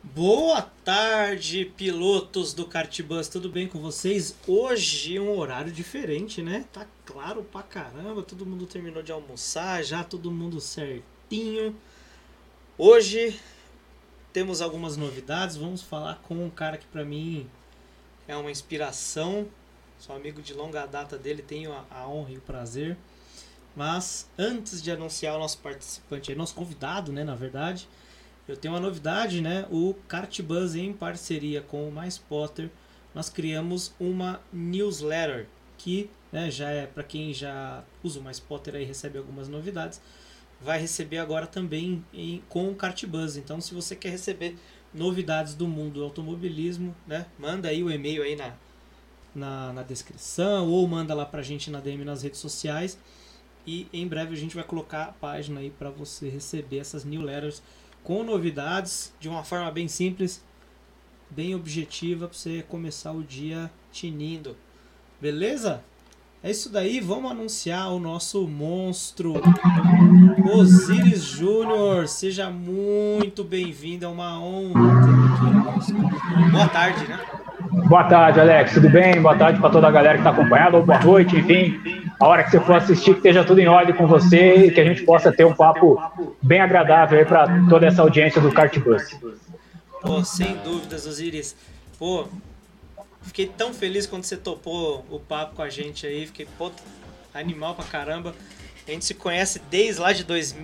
Boa tarde, pilotos do Kartbus, tudo bem com vocês? Hoje um horário diferente, né? Tá claro pra caramba, todo mundo terminou de almoçar, já todo mundo certinho. Hoje temos algumas novidades, vamos falar com um cara que pra mim é uma inspiração, sou amigo de longa data dele, tenho a honra e o prazer. Mas antes de anunciar o nosso participante, nosso convidado, né, na verdade, eu tenho uma novidade, né? O Kartbus, em parceria com o Mais Potter, nós criamos uma newsletter que, né, já é para quem já usa o Mais Potter aí recebe algumas novidades, vai receber agora também com o Kartbus. Então, se você quer receber novidades do mundo do automobilismo, né, manda aí o e-mail aí na descrição ou manda lá pra gente na DM nas redes sociais e em breve a gente vai colocar a página aí para você receber essas newsletters com novidades, de uma forma bem simples, bem objetiva, para você começar o dia tinindo. Beleza? É isso daí, vamos anunciar o nosso monstro, Osiris Júnior. Seja muito bem-vindo, é uma honra tê-lo aqui conosco. Boa tarde, né? Boa tarde, Alex, tudo bem? Boa tarde para toda a galera que está acompanhando, ou boa noite, enfim. A hora que você for assistir, que esteja tudo em ordem com você e que a gente possa ter um papo bem agradável aí para toda essa audiência do Kartbus. Pô, sem dúvidas, Osiris. Pô, fiquei tão feliz quando você topou o papo com a gente aí. Fiquei, pô, animal pra caramba. A gente se conhece desde lá de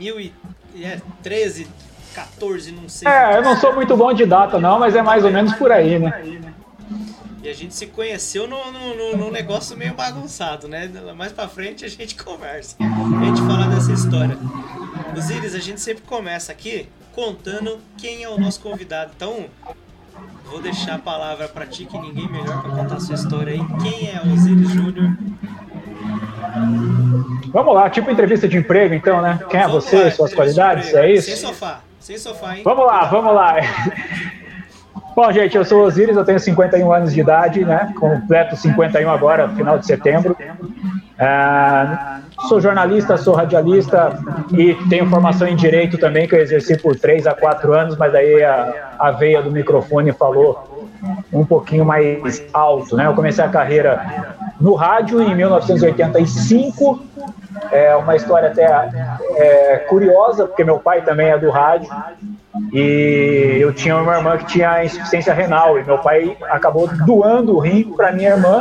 2013, 14, não sei. Eu não sou muito bom de data não, mas é mais ou menos por aí, né? E a gente se conheceu num negócio meio bagunçado, né? Mais pra frente a gente conversa, a gente fala dessa história. Osiris, a gente sempre começa aqui contando quem é o nosso convidado. Então, vou deixar a palavra pra ti, que ninguém melhor pra contar a sua história aí. Quem é Osiris Júnior? Vamos lá, tipo entrevista de emprego então, né? Quem é você, suas qualidades, é isso? Sem sofá, hein? Vamos lá. Bom, gente, eu sou o Osiris, eu tenho 51 anos de idade, né? Completo 51 agora, final de setembro. Sou jornalista, sou radialista e tenho formação em Direito também, que eu exerci por 3 a 4 anos, mas aí a veia do microfone falou um pouquinho mais alto, né? Eu comecei a carreira no rádio em 1985, é uma história até curiosa, porque meu pai também é do rádio, e eu tinha uma irmã que tinha insuficiência renal, e meu pai acabou doando o rim para minha irmã,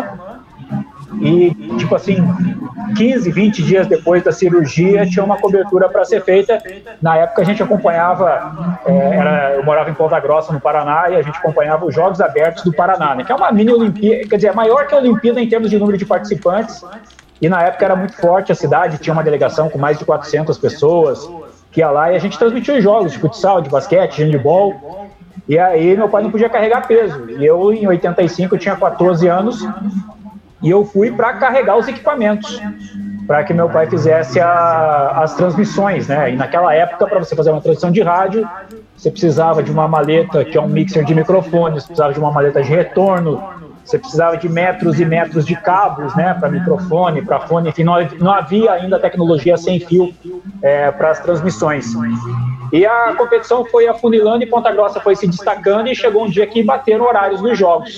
e tipo assim, 15, 20 dias depois da cirurgia tinha uma cobertura para ser feita. Na época a gente acompanhava, eu morava em Ponta Grossa, no Paraná, e a gente acompanhava os Jogos Abertos do Paraná, né, que é uma mini Olimpíada, quer dizer, maior que a Olimpíada em termos de número de participantes, e na época era muito forte a cidade, tinha uma delegação com mais de 400 pessoas, que ia lá e a gente transmitia os jogos de futsal, de basquete, de handebol, e aí meu pai não podia carregar peso, e eu em 85 eu tinha 14 anos, e eu fui para carregar os equipamentos, para que meu pai fizesse as transmissões, né? E naquela época, para você fazer uma transmissão de rádio, você precisava de uma maleta, que é um mixer de microfones, você precisava de uma maleta de retorno, você precisava de metros e metros de cabos, né? Para microfone, para fone, enfim, não havia ainda tecnologia sem fio para as transmissões. E a competição foi afunilando e Ponta Grossa foi se destacando e chegou um dia que bateram horários dos jogos.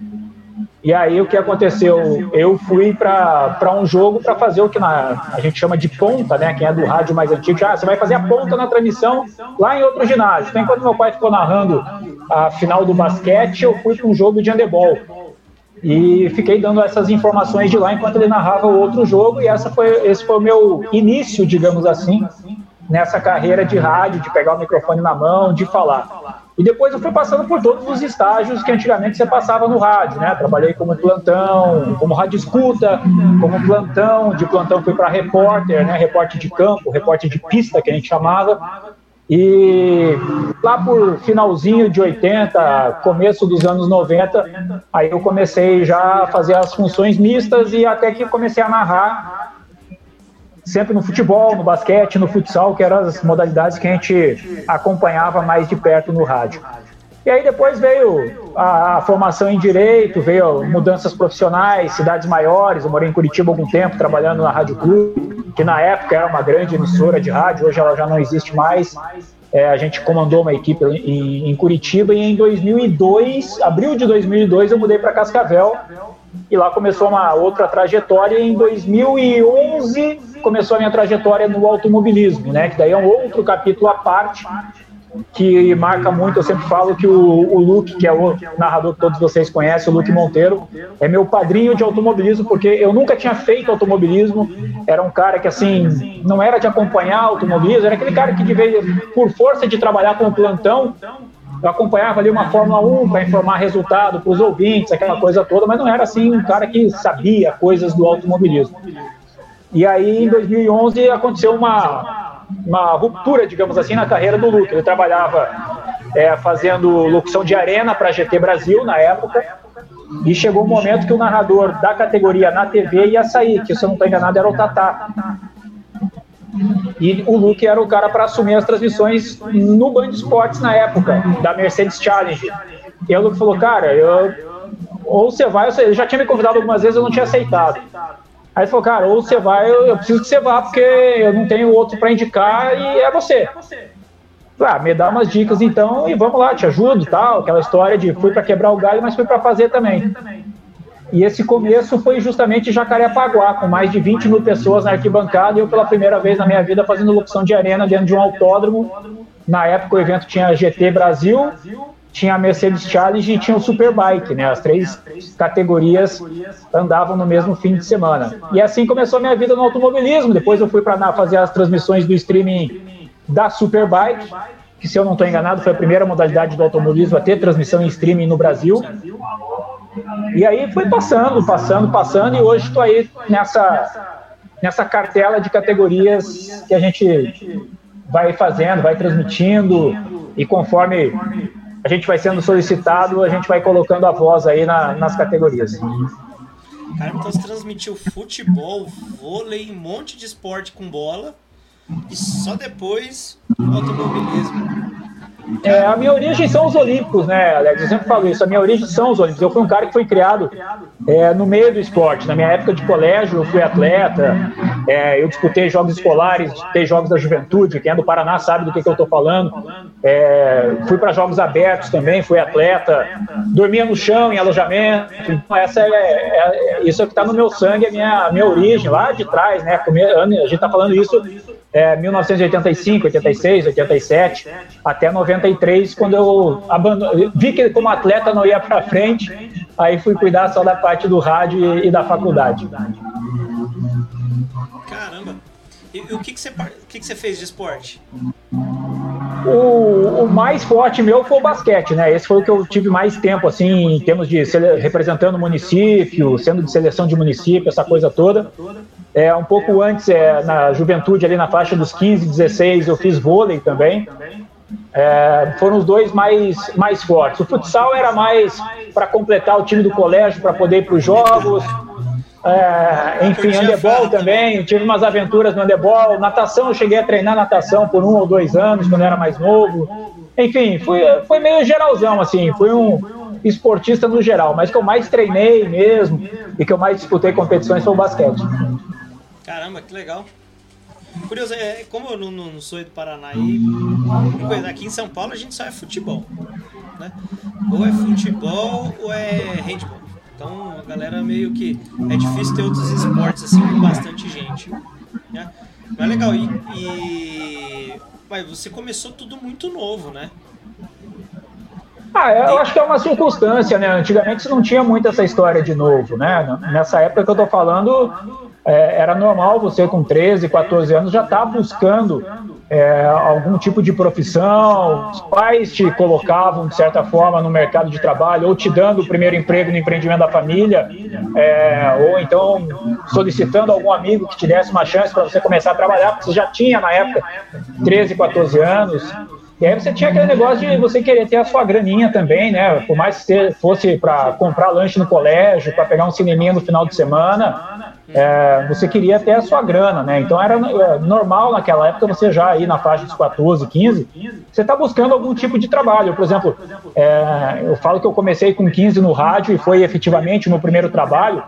E aí o que aconteceu? Eu fui para um jogo para fazer o que a gente chama de ponta, né? Quem é do rádio mais antigo, você vai fazer a ponta na transmissão lá em outro ginásio. Então, enquanto meu pai ficou narrando a final do basquete, eu fui para um jogo de handebol. E fiquei dando essas informações de lá enquanto ele narrava o outro jogo, e esse foi o meu início, digamos assim, nessa carreira de rádio, de pegar o microfone na mão, de falar. E depois eu fui passando por todos os estágios que antigamente você passava no rádio, né? Trabalhei como plantão, como rádio escuta, como plantão, de plantão fui para repórter, né? Repórter de campo, repórter de pista, que a gente chamava. E lá por finalzinho de 80, começo dos anos 90, aí eu comecei já a fazer as funções mistas e até que comecei a narrar sempre no futebol, no basquete, no futsal, que eram as modalidades que a gente acompanhava mais de perto no rádio. E aí depois veio a formação em Direito, veio mudanças profissionais, cidades maiores. Eu morei em Curitiba há algum tempo, trabalhando na Rádio Clube, que na época era uma grande emissora de rádio, hoje ela já não existe mais. A gente comandou uma equipe em Curitiba e em 2002, abril de 2002, eu mudei para Cascavel e lá começou uma outra trajetória. E em 2011 começou a minha trajetória no automobilismo, né? Que daí é um outro capítulo à parte que marca muito. Eu sempre falo que o Luke, que é o narrador que todos vocês conhecem, o Luke Monteiro, é meu padrinho de automobilismo, porque eu nunca tinha feito automobilismo. Era um cara que, assim, não era de acompanhar automobilismo, era aquele cara que, por força de trabalhar com o plantão, eu acompanhava ali uma Fórmula 1 para informar resultado para os ouvintes, aquela coisa toda, mas não era, assim, um cara que sabia coisas do automobilismo. E aí, em 2011, aconteceu uma ruptura, digamos assim, na carreira do Luke. Ele trabalhava fazendo locução de arena para a GT Brasil, na época, e chegou um momento que o narrador da categoria na TV ia sair, que, se eu não estou enganado, era o Tatá. E o Luke era o cara para assumir as transmissões no Band Esportes na época, da Mercedes Challenge. E aí o Luke falou, cara, ou você vai, ele já tinha me convidado algumas vezes, eu não tinha aceitado. Aí ele falou, cara, ou você vai, eu preciso que você vá, porque eu não tenho outro para indicar e é você. Me dá umas dicas então e vamos lá, te ajudo, tal, aquela história de fui para quebrar o galho, mas fui para fazer também. E esse começo foi justamente em Jacarepaguá, com mais de 20 mil pessoas na arquibancada, e eu pela primeira vez na minha vida fazendo locução de arena dentro de um autódromo. Na época o evento tinha a GT Brasil, tinha a Mercedes Challenge e tinha o Superbike, né? As 3 categorias andavam no mesmo fim de semana. E assim começou a minha vida no automobilismo. Depois eu fui para fazer as transmissões do streaming da Superbike, que, se eu não estou enganado, foi a primeira modalidade do automobilismo a ter transmissão em streaming no Brasil. E aí foi passando, e hoje estou aí nessa cartela de categorias que a gente vai fazendo, vai transmitindo, e conforme a gente vai sendo solicitado, a gente vai colocando a voz aí nas categorias. Cara, então você transmitiu futebol, vôlei, um monte de esporte com bola e só depois automobilismo. A minha origem são os Olímpicos, né, Alex? Eu sempre falo isso, a minha origem são os Olímpicos. Eu fui um cara que foi criado no meio do esporte. Na minha época de colégio, eu fui atleta, eu disputei jogos escolares, disputei jogos da juventude. Quem é do Paraná sabe do que eu estou falando. Fui para jogos abertos também, fui atleta, dormia no chão, em alojamento. Então, isso é o que está no meu sangue, a minha origem, lá de trás, né? A gente está falando isso 1985, 86, 87, até 93, quando eu vi que como atleta não ia para frente, aí fui cuidar só da parte do rádio e da faculdade. Caramba! E o que você fez de esporte? O mais forte meu foi o basquete, né? Esse foi o que eu tive mais tempo, assim, em termos de representando o município, sendo de seleção de município, essa coisa toda. Um pouco antes, na juventude, ali na faixa dos 15, 16, eu fiz vôlei também. Foram os dois mais fortes. O futsal era mais para completar o time do colégio, para poder ir para os jogos. Enfim, handebol também, tive umas aventuras no handebol. Natação, eu cheguei a treinar natação por 1 ou 2 anos, quando eu era mais novo. Enfim, foi meio geralzão, assim, fui um esportista no geral, mas que eu mais treinei mesmo e que eu mais disputei competições foi o basquete. Caramba, que legal. Curioso, como eu não sou do Paraná, aqui em São Paulo a gente só é futebol, né? Ou é futebol ou é handball. Então a galera meio que... É difícil ter outros esportes assim com bastante gente, né? Mas legal, mas você começou tudo muito novo, né? Eu acho que é uma circunstância, né? Antigamente não tinha muito essa história de novo, né? Nessa época que eu tô falando, era normal você com 13, 14 anos já estar buscando algum tipo de profissão. Os pais te colocavam, de certa forma, no mercado de trabalho, ou te dando o primeiro emprego no empreendimento da família, ou então solicitando algum amigo que te desse uma chance para você começar a trabalhar, porque você já tinha, na época, 13, 14 anos. E aí você tinha aquele negócio de você querer ter a sua graninha também, né? Por mais que fosse para comprar lanche no colégio, para pegar um cineminha no final de semana, você queria ter a sua grana, né? Então era normal naquela época você já ir na faixa dos 14, 15, você está buscando algum tipo de trabalho. Por exemplo, eu falo que eu comecei com 15 no rádio e foi efetivamente o meu primeiro trabalho.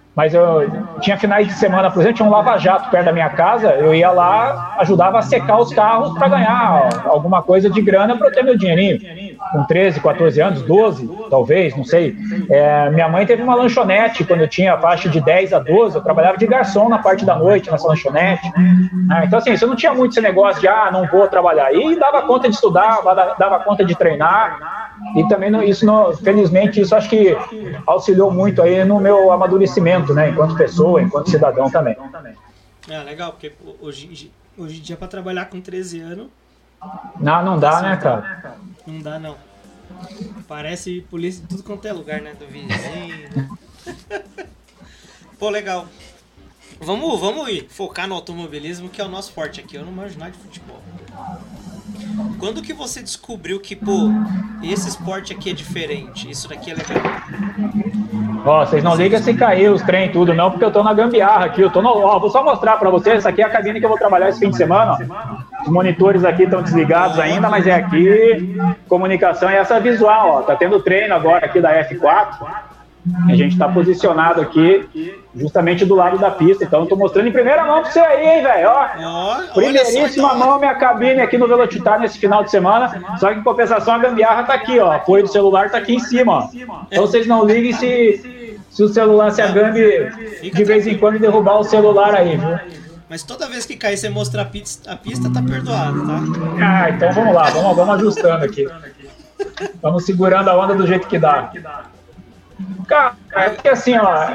Mas eu tinha finais de semana, por exemplo, tinha um lava-jato perto da minha casa, eu ia lá, ajudava a secar os carros para ganhar alguma coisa de grana para eu ter meu dinheirinho. Com 13, 14 anos, 12, talvez, não sei. Minha mãe teve uma lanchonete quando eu tinha a faixa de 10 a 12, eu trabalhava de garçom na parte da noite nessa lanchonete. Então, assim, você não tinha muito esse negócio de, não vou trabalhar. E dava conta de estudar, dava conta de treinar. E também, felizmente, isso acho que auxiliou muito aí no meu amadurecimento, né? Enquanto pessoa, enquanto cidadão também. Legal, porque hoje em dia, para trabalhar com 13 anos... Não dá, né, cara? Não dá, não. Parece polícia em tudo quanto é lugar, né? Do vizinho. Pô, legal. Vamos ir focar no automobilismo, que é o nosso forte aqui. Eu não manjo nada de futebol. Quando que você descobriu que, esse esporte aqui é diferente, isso daqui é legal? Vocês não ligam se cair os trem e tudo, não, porque eu tô na gambiarra aqui. Vou só mostrar pra vocês, essa aqui é a cabine que eu vou trabalhar esse fim de semana. Os monitores aqui estão desligados ainda, mas é aqui, comunicação é essa visual, Tá tendo treino agora aqui da F4. A gente está posicionado aqui, justamente do lado da pista. Então, eu tô mostrando em primeira mão pra você aí, hein, velho. Primeiríssima mão, minha cabine aqui no Velocitar nesse final de semana. Só que, em compensação, a gambiarra tá aqui, apoio do celular tá aqui em cima, Então, vocês não liguem se o celular, se a Gambi, de vez em quando, derrubar o celular aí, viu? Mas toda vez que cair, você mostrar a pista, tá perdoado, tá? Então vamos lá, vamos ajustando aqui. Vamos segurando a onda do jeito que dá. Cara, é que assim,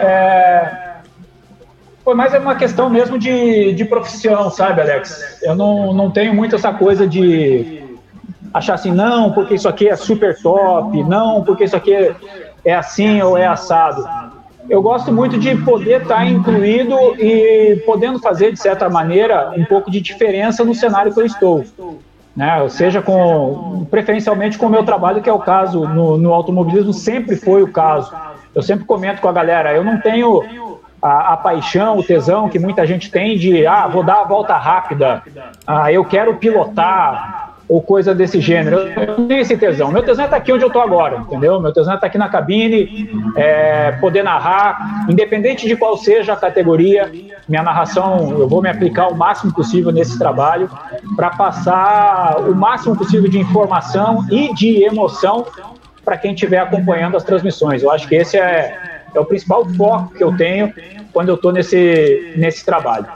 foi mais uma questão mesmo de profissão, sabe, Alex? Eu não tenho muito essa coisa de achar assim, não, porque isso aqui é super top, não, porque isso aqui é assim ou é assado. Eu gosto muito de poder estar incluído e podendo fazer, de certa maneira, um pouco de diferença no cenário que eu estou. Né? Seja preferencialmente com o meu trabalho, que é o caso no automobilismo, sempre foi o caso. Eu sempre comento com a galera, eu não tenho a paixão, o tesão que muita gente tem de, vou dar a volta rápida, eu quero pilotar, ou coisa desse gênero. Eu não tenho esse tesão. Meu tesão é estar aqui onde eu estou agora, entendeu? Meu tesão é estar aqui na cabine, poder narrar, independente de qual seja a categoria. Minha narração, eu vou me aplicar o máximo possível nesse trabalho para passar o máximo possível de informação e de emoção para quem estiver acompanhando as transmissões. Eu acho que esse é o principal foco que eu tenho quando eu estou nesse trabalho.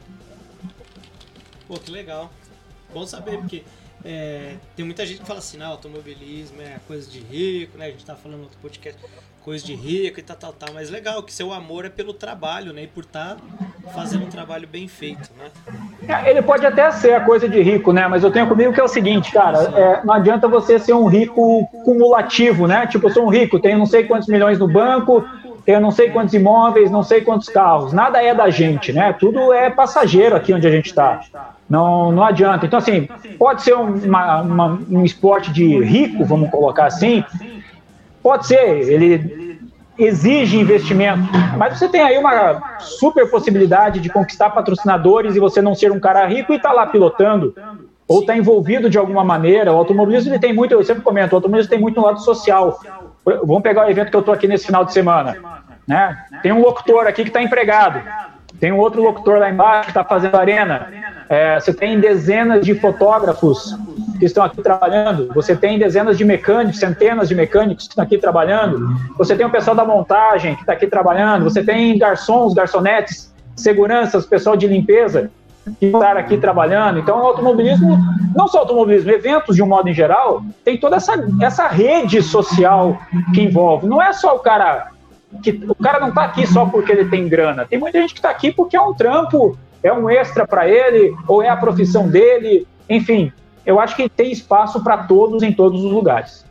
Pô, que legal. Bom saber, porque tem muita gente que fala assim, automobilismo é coisa de rico, né? A gente tá falando no outro podcast, coisa de rico e tal, mas legal que seu amor é pelo trabalho, né? E por estar fazendo um trabalho bem feito, né? Ele pode até ser a coisa de rico, né? Mas eu tenho comigo que é o seguinte, cara, não adianta você ser um rico cumulativo, né? Tipo, eu sou um rico, tenho não sei quantos milhões no banco, tenho não sei quantos imóveis, não sei quantos carros, nada é da gente, né? Tudo é passageiro aqui onde a gente está. Não adianta. Então, assim, pode ser um esporte de rico, vamos colocar assim, pode ser, ele exige investimento, mas você tem aí uma super possibilidade de conquistar patrocinadores e você não ser um cara rico e estar lá pilotando, ou estar envolvido de alguma maneira. O automobilismo ele tem muito, eu sempre comento, o automobilismo tem muito no lado social. Vamos pegar o evento que eu estou aqui nesse final de semana, né? Tem um locutor aqui que está empregado, tem um outro locutor lá embaixo que está fazendo arena, você tem dezenas de fotógrafos que estão aqui trabalhando, você tem dezenas de mecânicos, centenas de mecânicos que estão aqui trabalhando, você tem o pessoal da montagem que está aqui trabalhando, você tem garçons, garçonetes, seguranças, pessoal de limpeza que estão aqui trabalhando. Então, o automobilismo, não só automobilismo, eventos de um modo em geral, tem toda essa rede social que envolve. Não é só o cara não está aqui só porque ele tem grana. Tem muita gente que está aqui porque é um trampo, é um extra para ele, ou é a profissão dele. Enfim, eu acho que tem espaço para todos em todos os lugares.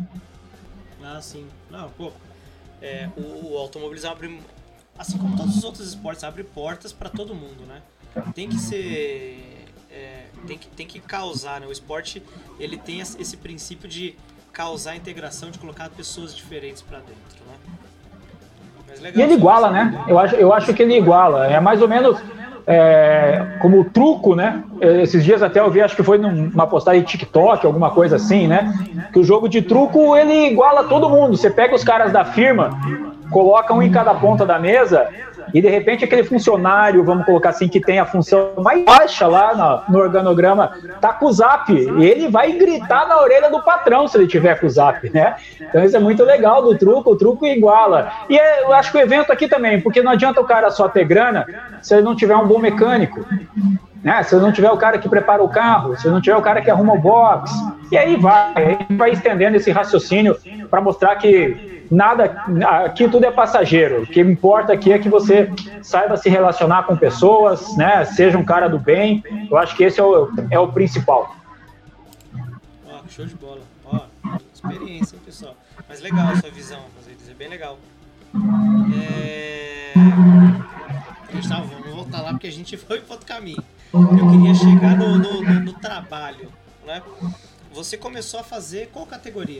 Sim. Não, pô, o automobilismo abre, assim como todos os outros esportes, abre portas para todo mundo, né? Tem que ser... tem que causar, né? O esporte, ele tem esse princípio de causar integração, de colocar pessoas diferentes para dentro, né? Mas legal, e ele iguala, né? Eu acho que ele iguala. É mais ou menos como truco, né? Esses dias até eu vi, acho que foi numa postagem de TikTok, alguma coisa assim, né? Que o jogo de truco, ele iguala todo mundo. Você pega os caras da firma coloca um em cada ponta da mesa e de repente aquele funcionário, vamos colocar assim, que tem a função mais baixa lá no organograma, tá com o zap, e ele vai gritar na orelha do patrão se ele tiver com o zap, né? Então isso é muito legal do truco, o truco iguala. E eu acho que o evento aqui também, porque não adianta o cara só ter grana se ele não tiver um bom mecânico, né? Se não tiver o cara que prepara o carro, se não tiver o cara que arruma o box, e aí vai estendendo esse raciocínio para mostrar que nada, aqui tudo é passageiro. O que importa aqui é que você saiba se relacionar com pessoas, né? Seja um cara do bem. Eu acho que esse é o principal. Show de bola. Experiência, hein, pessoal. Mas legal a sua visão, é bem legal. Vamos voltar lá porque a gente foi para outro caminho. Eu queria chegar no trabalho, né? Você começou a fazer qual categoria?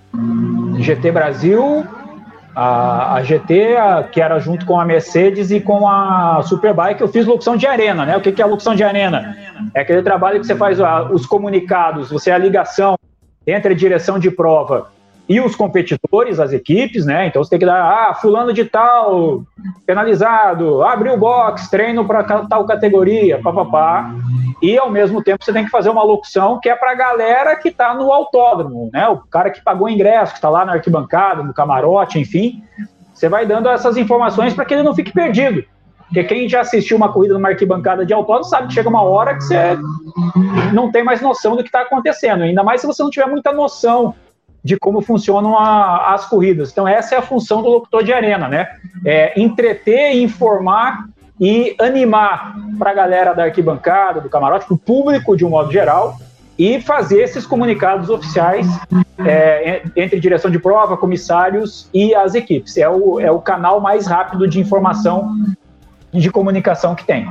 GT Brasil, a GT, que era junto com a Mercedes e com a Superbike, eu fiz locução de arena, né? O que é a locução de arena? É aquele trabalho que você faz os comunicados, você é a ligação entre a direção de prova e os competidores, as equipes, né? Então você tem que dar, fulano de tal, penalizado, abriu o box, treino para tal categoria, papapá. E ao mesmo tempo você tem que fazer uma locução que é para a galera que está no autódromo, né? O cara que pagou o ingresso, que está lá na arquibancada, no camarote, enfim. Você vai dando essas informações para que ele não fique perdido. Porque quem já assistiu uma corrida numa arquibancada de autódromo sabe que chega uma hora que você não tem mais noção do que está acontecendo. Ainda mais se você não tiver muita noção de como funcionam as corridas. Então essa é a função do locutor de arena, né? É entreter, informar e animar para a galera da arquibancada, do camarote, para o público de um modo geral, e fazer esses comunicados oficiais entre direção de prova, comissários e as equipes. É o canal mais rápido de informação e de comunicação que tem.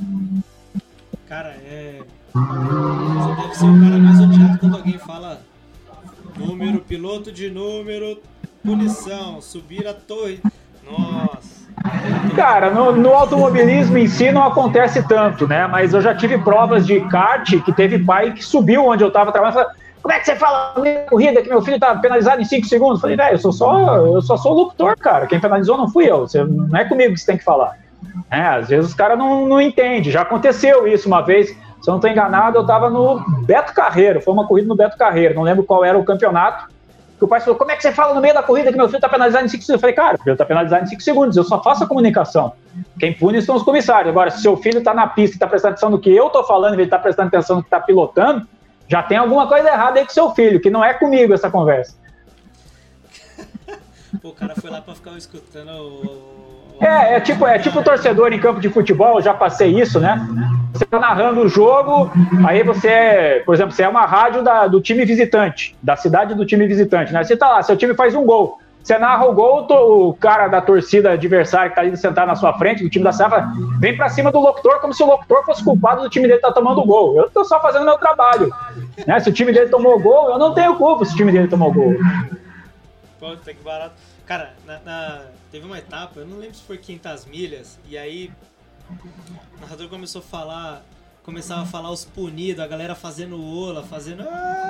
Cara, você deve ser o cara mais odiado quando alguém fala número, piloto de número, punição, subir a torre. Nossa. Cara, no automobilismo em si não acontece tanto, né? Mas eu já tive provas de kart que teve pai que subiu onde eu estava trabalhando e falou: como é que você fala na corrida que meu filho tá penalizado em 5 segundos? Eu falei, velho, eu só sou locutor, cara. Quem penalizou não fui eu. Não é comigo que você tem que falar. Às vezes os caras não entendem. Já aconteceu isso uma vez. Se eu não estou enganado, eu estava no Beto Carreiro. Foi uma corrida no Beto Carreiro. Não lembro qual era o campeonato. Que o pai falou, como é que você fala no meio da corrida que meu filho está penalizado em 5 segundos? Eu falei, cara, ele está penalizado em 5 segundos, eu só faço a comunicação. Quem pune são os comissários. Agora, se seu filho está na pista e está prestando atenção no que eu estou falando, e ele está prestando atenção no que está pilotando, já tem alguma coisa errada aí com seu filho, que não é comigo essa conversa. Pô, o cara foi lá para ficar escutando É tipo torcedor em campo de futebol, eu já passei isso, né? Você tá narrando o jogo, aí você, por exemplo, você é uma rádio do time visitante, da cidade do time visitante, né? Você tá lá, seu time faz um gol, você narra o gol, o cara da torcida adversária que tá ali sentado na sua frente, do time da Serra, vem pra cima do locutor como se o locutor fosse culpado do time dele estar tomando o gol. Eu tô só fazendo meu trabalho, né? Se o time dele tomou o gol, eu não tenho culpa se o time dele tomou o gol. Puta, que barato. Cara, teve uma etapa, eu não lembro se foi 500 milhas, e aí o narrador começava a falar os punidos, a galera fazendo ola, fazendo...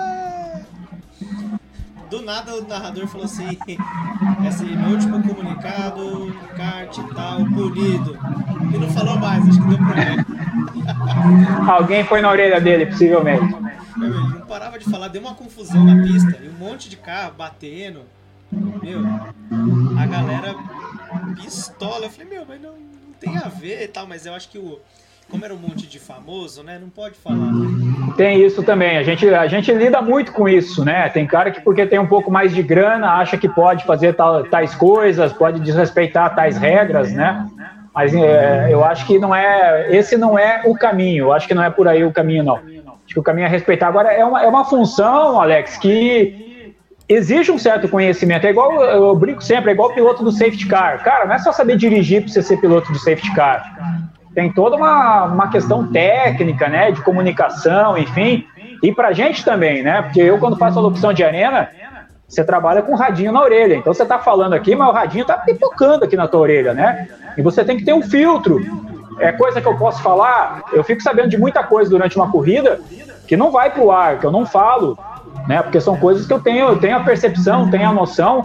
Do nada o narrador falou assim, esse meu último comunicado, kart e tal, punido. E não falou mais, acho que deu problema. Alguém foi na orelha dele, possivelmente. Ele não parava de falar, deu uma confusão na pista, e um monte de carro batendo. Meu, a galera pistola. Eu falei, mas não tem a ver e tal, mas eu acho que como era um monte de famoso, né, não pode falar. Tem isso também, a gente lida muito com isso, né? Tem cara que porque tem um pouco mais de grana, acha que pode fazer tais coisas, pode desrespeitar tais regras, né? Mas eu acho que esse não é o caminho, eu acho que não é por aí o caminho, não. Acho que o caminho é respeitar. Agora, é uma função, Alex, que exige um certo conhecimento. É igual, eu brinco sempre, é igual o piloto do safety car. Cara, não é só saber dirigir para você ser piloto de safety car. Tem toda uma questão técnica, né, de comunicação, enfim, e pra gente também, né, porque eu quando faço a locução de arena, você trabalha com o radinho na orelha, então você tá falando aqui, mas o radinho tá pipocando aqui na tua orelha, né, e você tem que ter um filtro. É coisa que eu posso falar, eu fico sabendo de muita coisa durante uma corrida que não vai pro ar, que eu não falo, né, porque são coisas que eu tenho a percepção, tenho a noção,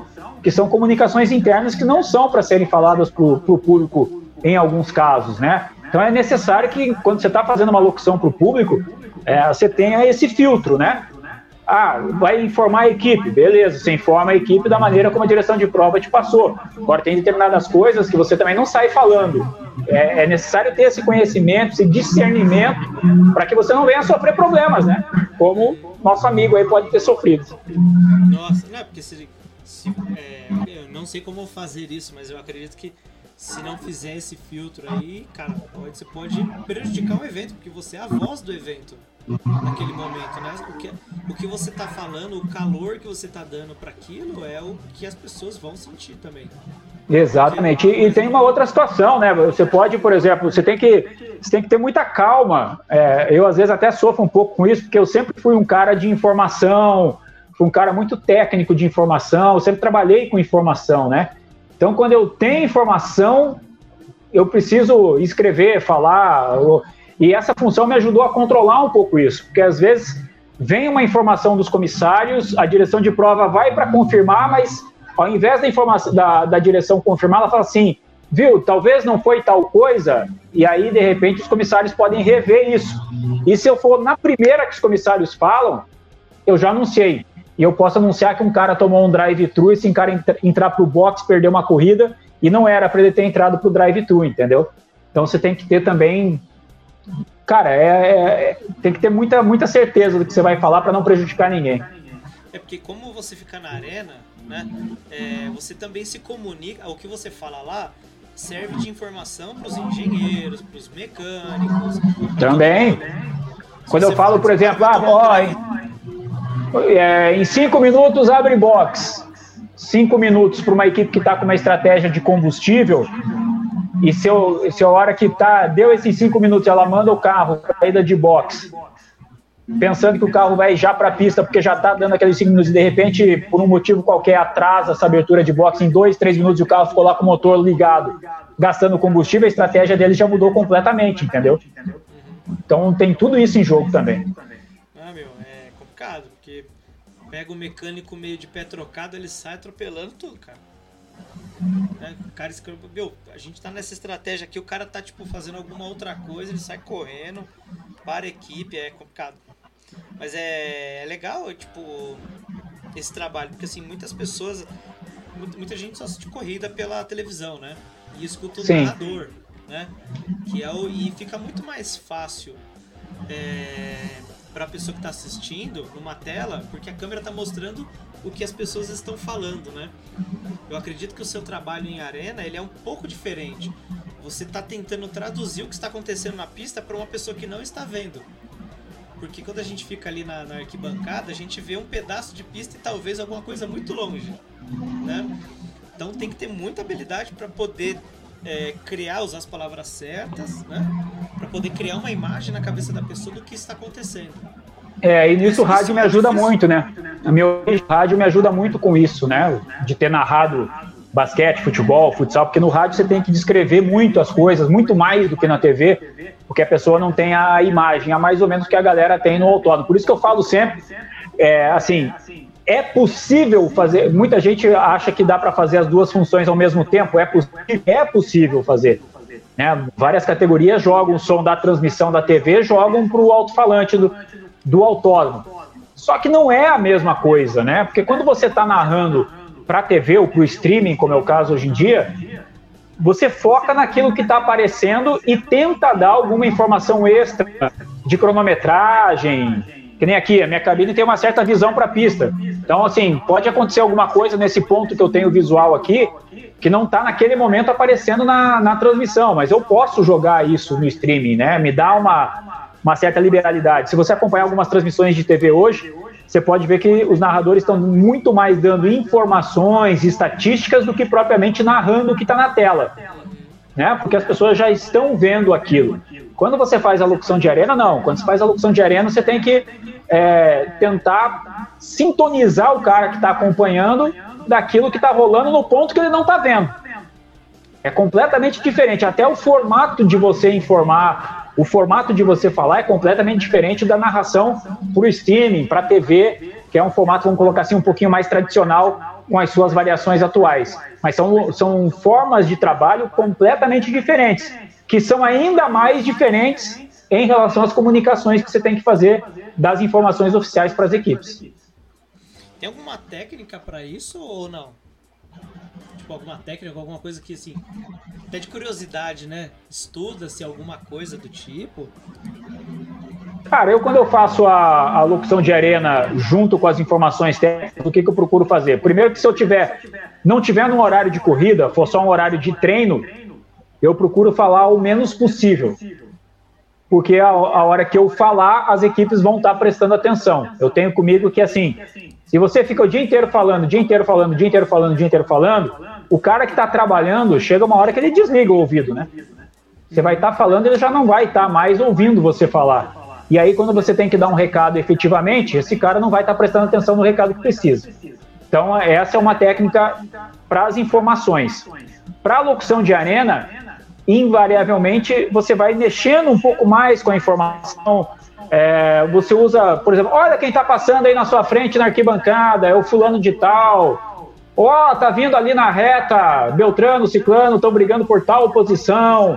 que são comunicações internas que não são para serem faladas para o público em alguns casos, né? Então é necessário que, quando você está fazendo uma locução para o público, você tenha esse filtro, né? Vai informar a equipe, beleza, você informa a equipe da maneira como a direção de prova te passou. Agora tem determinadas coisas que você também não sai falando. É necessário ter esse conhecimento, esse discernimento, para que você não venha a sofrer problemas, né? Como nosso amigo aí pode ter sofrido. Nossa, não é porque eu não sei como fazer isso, mas eu acredito que se não fizer esse filtro aí, cara, você pode prejudicar o evento, porque você é a voz do evento naquele momento, né? O que você tá falando, o calor que você tá dando para aquilo é o que as pessoas vão sentir também. Exatamente. E tem uma outra situação, né? Você pode, por exemplo, você tem que ter muita calma. Eu, às vezes, até sofro um pouco com isso, porque eu sempre fui um cara de informação, fui um cara muito técnico de informação, eu sempre trabalhei com informação, né? Então, quando eu tenho informação, eu preciso escrever, falar, e essa função me ajudou a controlar um pouco isso, porque às vezes vem uma informação dos comissários, a direção de prova vai para confirmar, mas ao invés da informação da direção confirmar, ela fala assim, viu, talvez não foi tal coisa, e aí de repente os comissários podem rever isso. E se eu for na primeira que os comissários falam, eu já anunciei. E eu posso anunciar que um cara tomou um drive-thru, esse cara entrar pro box, perder uma corrida, e não era para ele ter entrado pro drive-thru, entendeu? Então você tem que ter também... Cara, tem que ter muita certeza do que você vai falar para não prejudicar ninguém. É porque como você fica na arena, né, você também se comunica, o que você fala lá serve de informação para os engenheiros, para os mecânicos. Também. Quando eu falo, por exemplo, em 5 minutos abre box. 5 minutos para uma equipe que está com uma estratégia de combustível, e se a hora que deu esses 5 minutos, ela manda o carro para saída de box, pensando que o carro vai já para a pista, porque já está dando aqueles 5 minutos, e de repente, por um motivo qualquer, atrasa essa abertura de box em 2, 3 minutos, e o carro ficou lá com o motor ligado, gastando combustível, a estratégia dele já mudou completamente, entendeu? Então tem tudo isso em jogo também. É complicado, porque pega o mecânico meio de pé trocado, ele sai atropelando tudo, cara. O cara escreve, a gente tá nessa estratégia aqui, o cara tá tipo fazendo alguma outra coisa, ele sai correndo, para a equipe, é complicado. Mas é legal, tipo, esse trabalho, porque assim, muitas pessoas, muita gente só assiste corrida pela televisão, né? E escuta o narrador, né? E fica muito mais fácil para a pessoa que está assistindo numa tela, porque a câmera está mostrando o que as pessoas estão falando, né? Eu acredito que o seu trabalho em arena ele é um pouco diferente. Você está tentando traduzir o que está acontecendo na pista para uma pessoa que não está vendo. Porque quando a gente fica ali na arquibancada, a gente vê um pedaço de pista e talvez alguma coisa muito longe, né? Então tem que ter muita habilidade para poder usar as palavras certas, né? Para poder criar uma imagem na cabeça da pessoa do que está acontecendo. E nisso o rádio me ajuda muito, né? O meu rádio me ajuda muito com isso, né? De ter narrado basquete, futebol, futsal, porque no rádio você tem que descrever muito as coisas, muito mais do que na TV, porque a pessoa não tem a imagem, a mais ou menos que a galera tem no autódromo. Por isso que eu falo sempre, assim, é possível fazer, muita gente acha que dá para fazer as duas funções ao mesmo tempo, é possível fazer. Né? Várias categorias jogam o som da transmissão da TV, jogam para o alto-falante do autódromo. Só que não é a mesma coisa, né? Porque quando você está narrando para a TV ou para o streaming, como é o caso hoje em dia, você foca naquilo que está aparecendo e tenta dar alguma informação extra de cronometragem, que nem aqui, a minha cabine tem uma certa visão para a pista. Então, assim, pode acontecer alguma coisa nesse ponto que eu tenho visual aqui, que não está naquele momento aparecendo na transmissão, mas eu posso jogar isso no streaming, né? Me dá uma certa liberalidade. Se você acompanhar algumas transmissões de TV hoje, você pode ver que os narradores estão muito mais dando informações, estatísticas, do que propriamente narrando o que está na tela, né? Porque as pessoas já estão vendo aquilo. Quando você faz a locução de arena, não. Quando você faz a locução de arena, você tem que tentar sintonizar o cara que está acompanhando daquilo que está rolando no ponto que ele não está vendo. É completamente diferente. Até o formato de você informar, o formato de você falar é completamente diferente da narração para o streaming, para a TV, que é um formato, vamos colocar assim, um pouquinho mais tradicional com as suas variações atuais. Mas são formas de trabalho completamente diferentes, que são ainda mais diferentes em relação às comunicações que você tem que fazer das informações oficiais para as equipes. Tem alguma técnica para isso ou não? Tipo, alguma técnica, alguma coisa que, assim, até de curiosidade, né? Estuda-se alguma coisa do tipo? Cara, quando eu faço a locução de arena junto com as informações técnicas, o que eu procuro fazer? Primeiro que se eu não tiver num horário de corrida, for só um horário de treino, eu procuro falar o menos possível. Porque a hora que eu falar, as equipes vão estar prestando atenção. Eu tenho comigo que, assim, se você fica o dia inteiro falando, o cara que está trabalhando, chega uma hora que ele desliga o ouvido, né? Você vai estar falando, ele já não vai estar mais ouvindo você falar. E aí, quando você tem que dar um recado efetivamente, esse cara não vai estar prestando atenção no recado que precisa. Então, essa é uma técnica para as informações. Para a locução de arena, invariavelmente, você vai mexendo um pouco mais com a informação. Você usa, por exemplo, olha quem está passando aí na sua frente na arquibancada, é o fulano de tal. Tá vindo ali na reta, Beltrano, Ciclano, estão brigando por tal posição.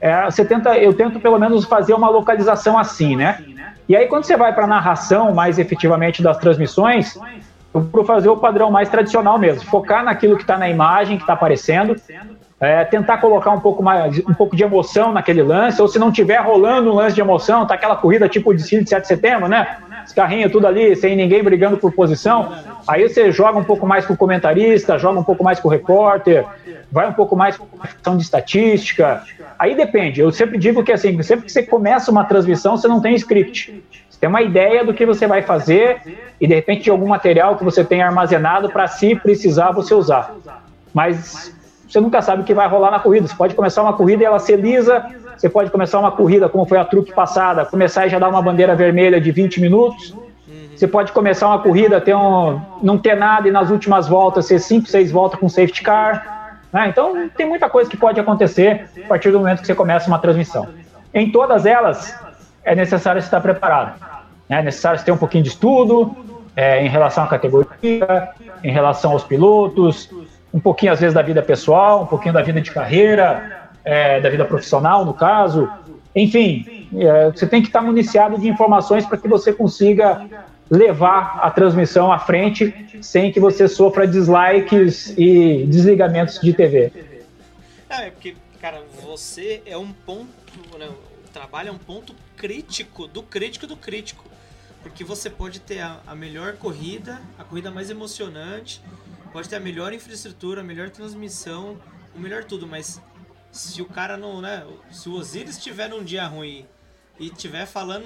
Eu tento pelo menos fazer uma localização assim, né? E aí quando você vai para a narração mais efetivamente das transmissões, eu procuro fazer o padrão mais tradicional mesmo, focar naquilo que está na imagem, que está aparecendo, tentar colocar um pouco de emoção naquele lance, ou se não tiver rolando um lance de emoção, tá aquela corrida tipo o desfile de 7 de setembro, né? Os carrinhos tudo ali, sem ninguém brigando por posição, aí você joga um pouco mais com o comentarista, joga um pouco mais com o repórter, vai um pouco mais com a questão de estatística, aí depende. Eu sempre digo que assim, sempre que você começa uma transmissão, você não tem script. Você tem uma ideia do que você vai fazer e de repente de algum material que você tem armazenado para se precisar você usar. Mas você nunca sabe o que vai rolar na corrida. Você pode começar uma corrida e ela ser lisa, você pode começar uma corrida como foi a truque passada, começar e já dar uma bandeira vermelha de 20 minutos. Você pode começar uma corrida, não ter nada e nas últimas voltas ser 5, 6 voltas com safety car. Né? Então tem muita coisa que pode acontecer a partir do momento que você começa uma transmissão. Em todas elas, é necessário estar preparado. É necessário ter um pouquinho de estudo em relação à categoria, em relação aos pilotos, um pouquinho às vezes da vida pessoal, um pouquinho da vida de carreira, da vida profissional no caso. Enfim, você tem que estar municiado de informações para que você consiga levar a transmissão à frente sem que você sofra dislikes e desligamentos de TV. Porque, cara, você é um ponto, né, o trabalho é um ponto crítico do crítico, porque você pode ter a melhor corrida, a corrida mais emocionante, pode ter a melhor infraestrutura, a melhor transmissão, o melhor tudo, mas se o cara não, né, se o Osiris estiver num dia ruim e estiver falando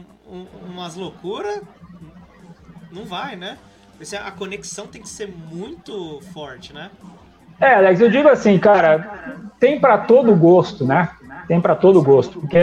umas loucuras, não vai, né? A conexão tem que ser muito forte, né? Alex, eu digo assim, cara, tem para todo gosto, né? Tem para todo gosto, porque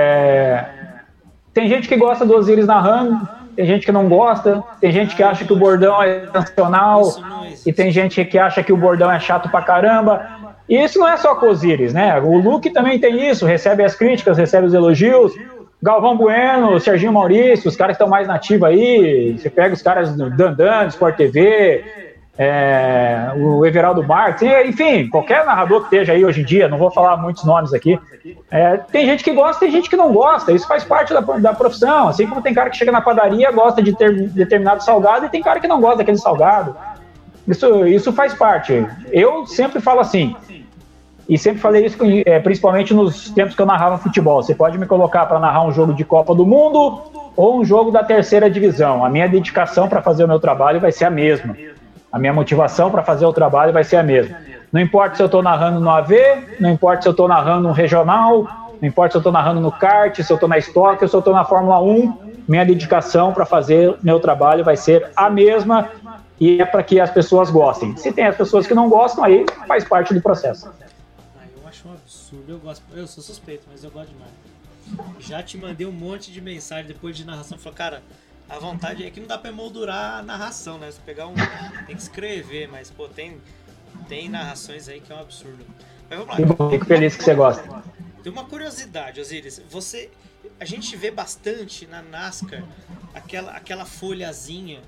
tem gente que gosta do Osiris narrando, tem gente que não gosta, tem gente que acha que o bordão é sensacional e tem gente que acha que o bordão é chato pra caramba. E isso não é só com o Osiris, né? O Luke também tem isso, recebe as críticas, recebe os elogios. Galvão Bueno, Serginho Maurício, os caras que estão mais nativos aí, você pega os caras do Dandan, do Sport TV, o Everaldo Marques, enfim, qualquer narrador que esteja aí hoje em dia, não vou falar muitos nomes aqui, tem gente que gosta, tem gente que não gosta, isso faz parte da profissão, assim como tem cara que chega na padaria, gosta de ter determinado salgado, e tem cara que não gosta daquele salgado. Isso faz parte. Eu sempre falo assim, e sempre falei isso principalmente nos tempos que eu narrava futebol. Você pode me colocar para narrar um jogo de Copa do Mundo ou um jogo da terceira divisão. A minha dedicação para fazer o meu trabalho vai ser a mesma. A minha motivação para fazer o trabalho vai ser a mesma. Não importa se eu estou narrando no AV, não importa se eu estou narrando no regional, não importa se eu estou narrando no kart, se eu estou na Stock ou se eu estou na Fórmula 1, minha dedicação para fazer o meu trabalho vai ser a mesma e é para que as pessoas gostem. Se tem as pessoas que não gostam, aí faz parte do processo. Eu acho um absurdo, eu sou suspeito, mas eu gosto demais. Já te mandei um monte de mensagem depois de narração, falou, cara, a vontade é que não dá pra emoldurar a narração, né? Você pegar tem que escrever, mas pô, tem narrações aí que é um absurdo. Mas vamos lá. Fico feliz que você gosta. Tem uma curiosidade, Osiris, a gente vê bastante na NASCAR aquela folhazinha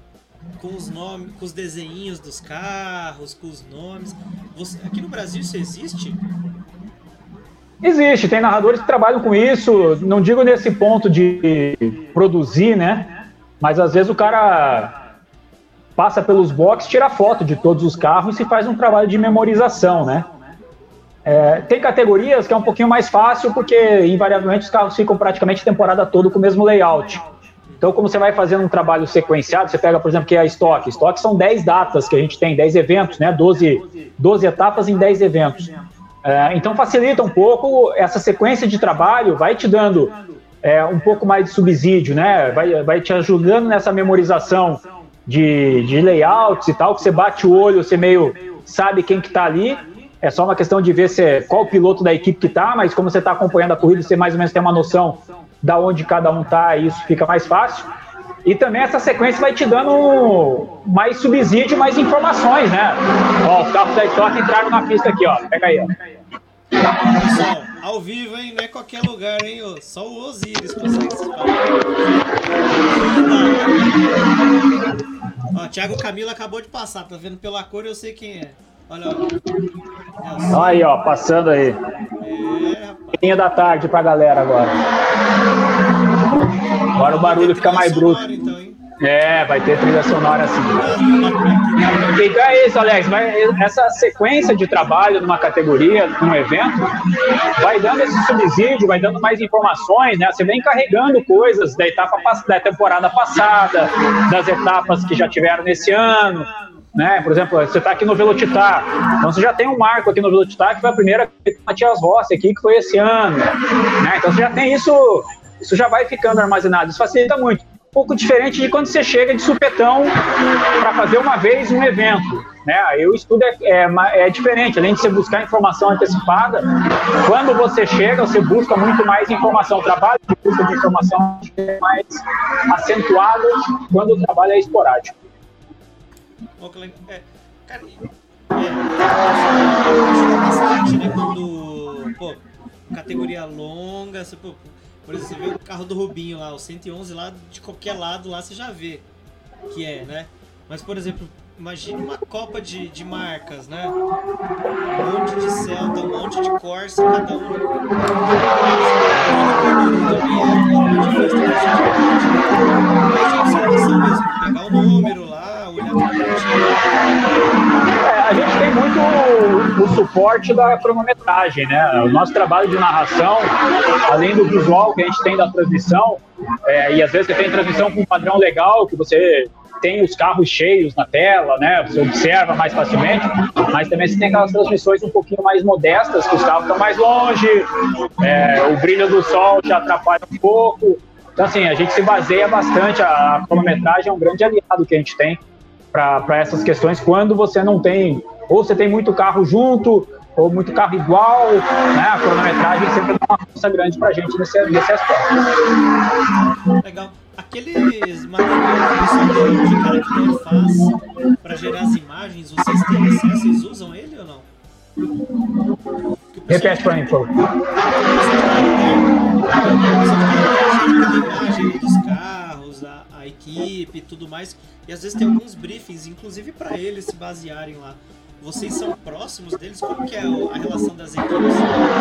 com os nomes, com os desenhinhos dos carros, com os nomes. Aqui no Brasil isso existe? Existe, tem narradores que trabalham com isso, não digo nesse ponto de produzir, né? Mas às vezes o cara passa pelos boxes, tira foto de todos os carros e faz um trabalho de memorização, né? Tem categorias que é um pouquinho mais fácil, porque invariavelmente os carros ficam praticamente a temporada toda com o mesmo layout. Então, como você vai fazendo um trabalho sequenciado, você pega, por exemplo, que é a Stock. Stock são 10 datas que a gente tem, 10 eventos, né? 12 etapas em 10 eventos. Então facilita um pouco, essa sequência de trabalho vai te dando um pouco mais de subsídio, né? Vai te ajudando nessa memorização de layouts e tal, que você bate o olho, você meio sabe quem que tá ali, é só uma questão de ver qual piloto da equipe que tá, mas como você tá acompanhando a corrida, você mais ou menos tem uma noção da onde cada um tá, e isso fica mais fácil. E também essa sequência vai te dando mais subsídio, mais informações, né? Ó, os carros da Stock entraram na pista aqui, ó. Pega aí, ó. Pessoal, ao vivo, hein? Não é qualquer lugar, hein? Só o Osiris consegue se falar. Ó, Thiago Camilo acabou de passar, tá vendo pela cor, eu sei quem é. Olha, ó. Aí, ó, passando aí. Rapaz. Linha da tarde pra galera agora. Agora o barulho fica mais bruto. Então, hein? Vai ter trilha sonora assim. Então é isso, Alex. Essa sequência de trabalho numa categoria, num evento, vai dando esse subsídio, vai dando mais informações, né? Você vem carregando coisas da temporada passada, das etapas que já tiveram nesse ano, né? Por exemplo, você está aqui no Velocitar, então você já tem um marco aqui no Velocitar, que foi a primeira que Matias Rossi aqui, que foi esse ano, né? Então você já tem isso já vai ficando armazenado, isso facilita muito. Um pouco diferente de quando você chega de supetão para fazer uma vez um evento, né? Aí o estudo é diferente, além de você buscar informação antecipada, quando você chega, você busca muito mais informação. O trabalho de busca de informação é mais acentuado quando o trabalho é esporádico. Cara, ajuda bastante, né? Quando, categoria longa, por exemplo, você vê o carro do Rubinho lá, o 111 lá, de qualquer lado lá você já vê que né? Mas, por exemplo, imagine uma Copa de marcas, né? Um monte de Celta, um monte de Corsa, cada um. Mas a observação mesmo, pegar o número lá, olhar tudo bonitinho. A gente tem muito o suporte da cronometragem, né? O nosso trabalho de narração, além do visual que a gente tem da transmissão, e às vezes você tem transmissão com um padrão legal, que você tem os carros cheios na tela, né? Você observa mais facilmente, mas também você tem aquelas transmissões um pouquinho mais modestas, que os carros estão mais longe, o brilho do sol já atrapalha um pouco. Então, assim, a gente se baseia bastante, a cronometragem é um grande aliado que a gente tem para essas questões, quando você não tem, ou você tem muito carro junto, ou muito carro igual, né? A cronometragem sempre dá uma força grande para a gente nesse aspecto. Legal. Aqueles materiais que o pessoal de caractere faz para gerar as imagens, vocês têm acesso? Vocês usam ele ou não? Repete para mim, por favor. A imagem dos carros, a equipe e tudo mais, e às vezes tem alguns briefings, inclusive para eles se basearem lá. Vocês são próximos deles? Como que é a relação das equipes?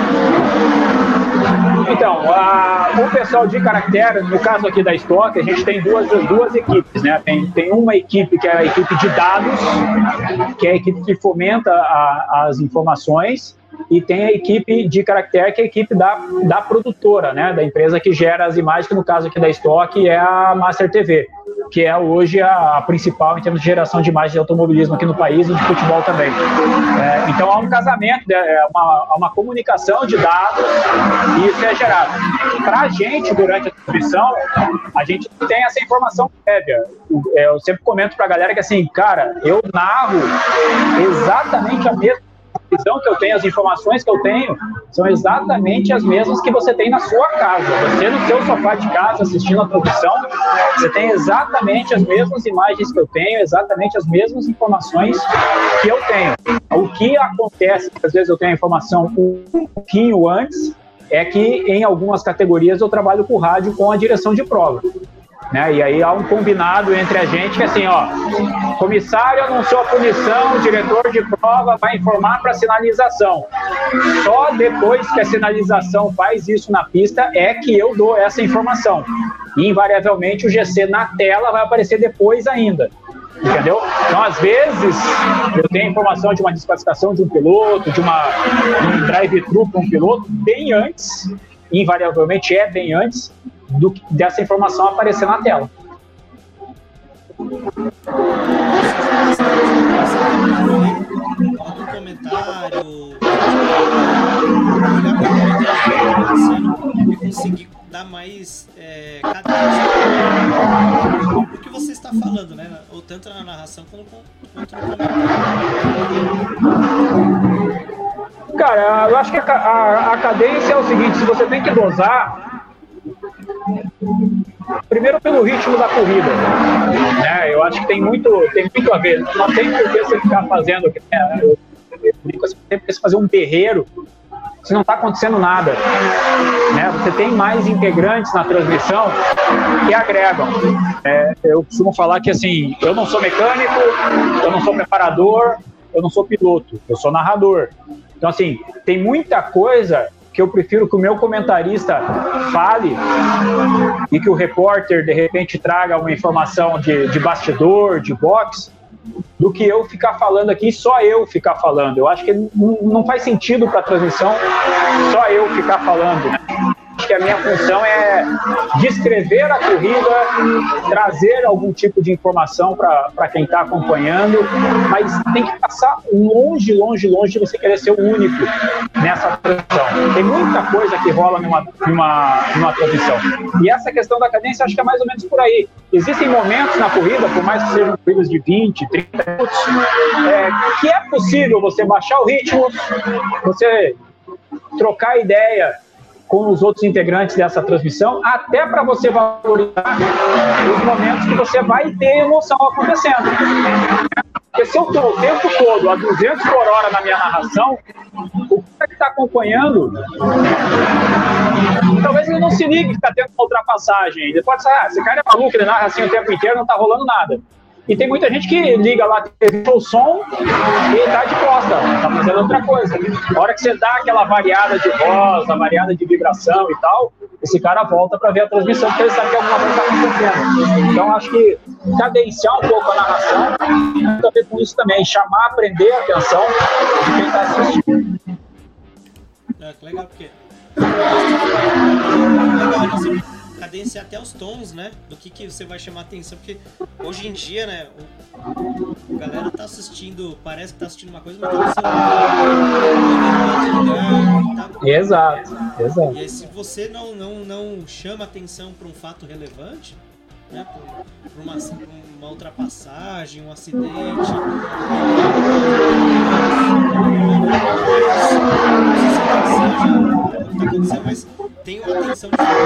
Então, o pessoal de caractere, no caso aqui da Stock, a gente tem duas equipes, né? Tem uma equipe que é a equipe de dados, que é a equipe que fomenta as informações, e tem a equipe de caractere, que é a equipe da produtora, né? Da empresa que gera as imagens, que no caso aqui da Stock é a Master TV, que é hoje a principal em termos de geração de imagens de automobilismo aqui no país e de futebol também. Então há um casamento, há uma comunicação de dados, e isso é gerado. Para a gente, durante a transmissão, a gente tem essa informação prévia. Eu sempre comento para a galera que, assim, cara, eu narro exatamente a mesma visão que eu tenho, as informações que eu tenho são exatamente as mesmas que você tem na sua casa. Você no seu sofá de casa assistindo a transmissão, você tem exatamente as mesmas imagens que eu tenho, exatamente as mesmas informações que eu tenho. O que acontece, às vezes eu tenho a informação um pouquinho antes, é que em algumas categorias eu trabalho com rádio com a direção de prova. né? E aí há um combinado entre a gente que assim, ó, comissário anunciou a punição, o diretor de prova vai informar para sinalização. Só depois que a sinalização faz isso na pista é que eu dou essa informação. E invariavelmente o GC na tela vai aparecer depois ainda. Entendeu? Então, às vezes, eu tenho informação de uma desclassificação de um piloto, de um drive-thru para um piloto, bem antes, invariavelmente é bem antes, dessa informação aparecer na tela. Algum comentário, e conseguir dar mais cadência do que você está falando, né? Ou tanto na narração quanto no comentário. Cara, eu acho que a cadência é o seguinte: se você tem que dosar, primeiro pelo ritmo da corrida, né? Eu acho que tem muito a ver. Não tem por que você ficar fazendo, né? Eu digo assim, tem que fazer um berreiro se não está acontecendo nada, né? Você tem mais integrantes na transmissão que agregam. Eu costumo falar que assim, eu não sou mecânico, eu não sou preparador, eu não sou piloto, eu sou narrador. Então assim, tem muita coisa que eu prefiro que o meu comentarista fale e que o repórter de repente traga uma informação de bastidor, de box, do que eu ficar falando aqui, só eu ficar falando. Eu acho que não faz sentido para a transmissão só eu ficar falando, né? Acho que a minha função é descrever a corrida, trazer algum tipo de informação para quem está acompanhando, mas tem que passar longe de você querer ser o único nessa transmissão. Tem muita coisa que rola numa transmissão. E essa questão da cadência, acho que é mais ou menos por aí. Existem momentos na corrida, por mais que sejam corridas de 20, 30 minutos, que é possível você baixar o ritmo, você trocar ideia com os outros integrantes dessa transmissão, até para você valorizar os momentos que você vai ter emoção acontecendo. Porque se eu estou o tempo todo a 200 por hora na minha narração, o cara que está acompanhando, talvez ele não se ligue que está tendo uma ultrapassagem. Ele pode dizer, esse cara é maluco, ele narra assim o tempo inteiro, não está rolando nada. E tem muita gente que liga lá, o som e tá de costa, tá fazendo outra coisa. Na hora que você dá aquela variada de voz, a variada de vibração e tal, esse cara volta para ver a transmissão, porque ele sabe que alguma coisa está acontecendo. Então, acho que cadenciar um pouco a narração tem a ver com isso também, chamar, prender a atenção de quem está assistindo. Legal, porque cadência até os tons, né? Do que você vai chamar atenção, porque hoje em dia, né? A galera tá assistindo, parece que tá assistindo uma coisa, mas tá no celular. Exato. E aí, se você não chama atenção para um fato relevante, né? Por uma ultrapassagem, um acidente, mas tem uma atenção diferente.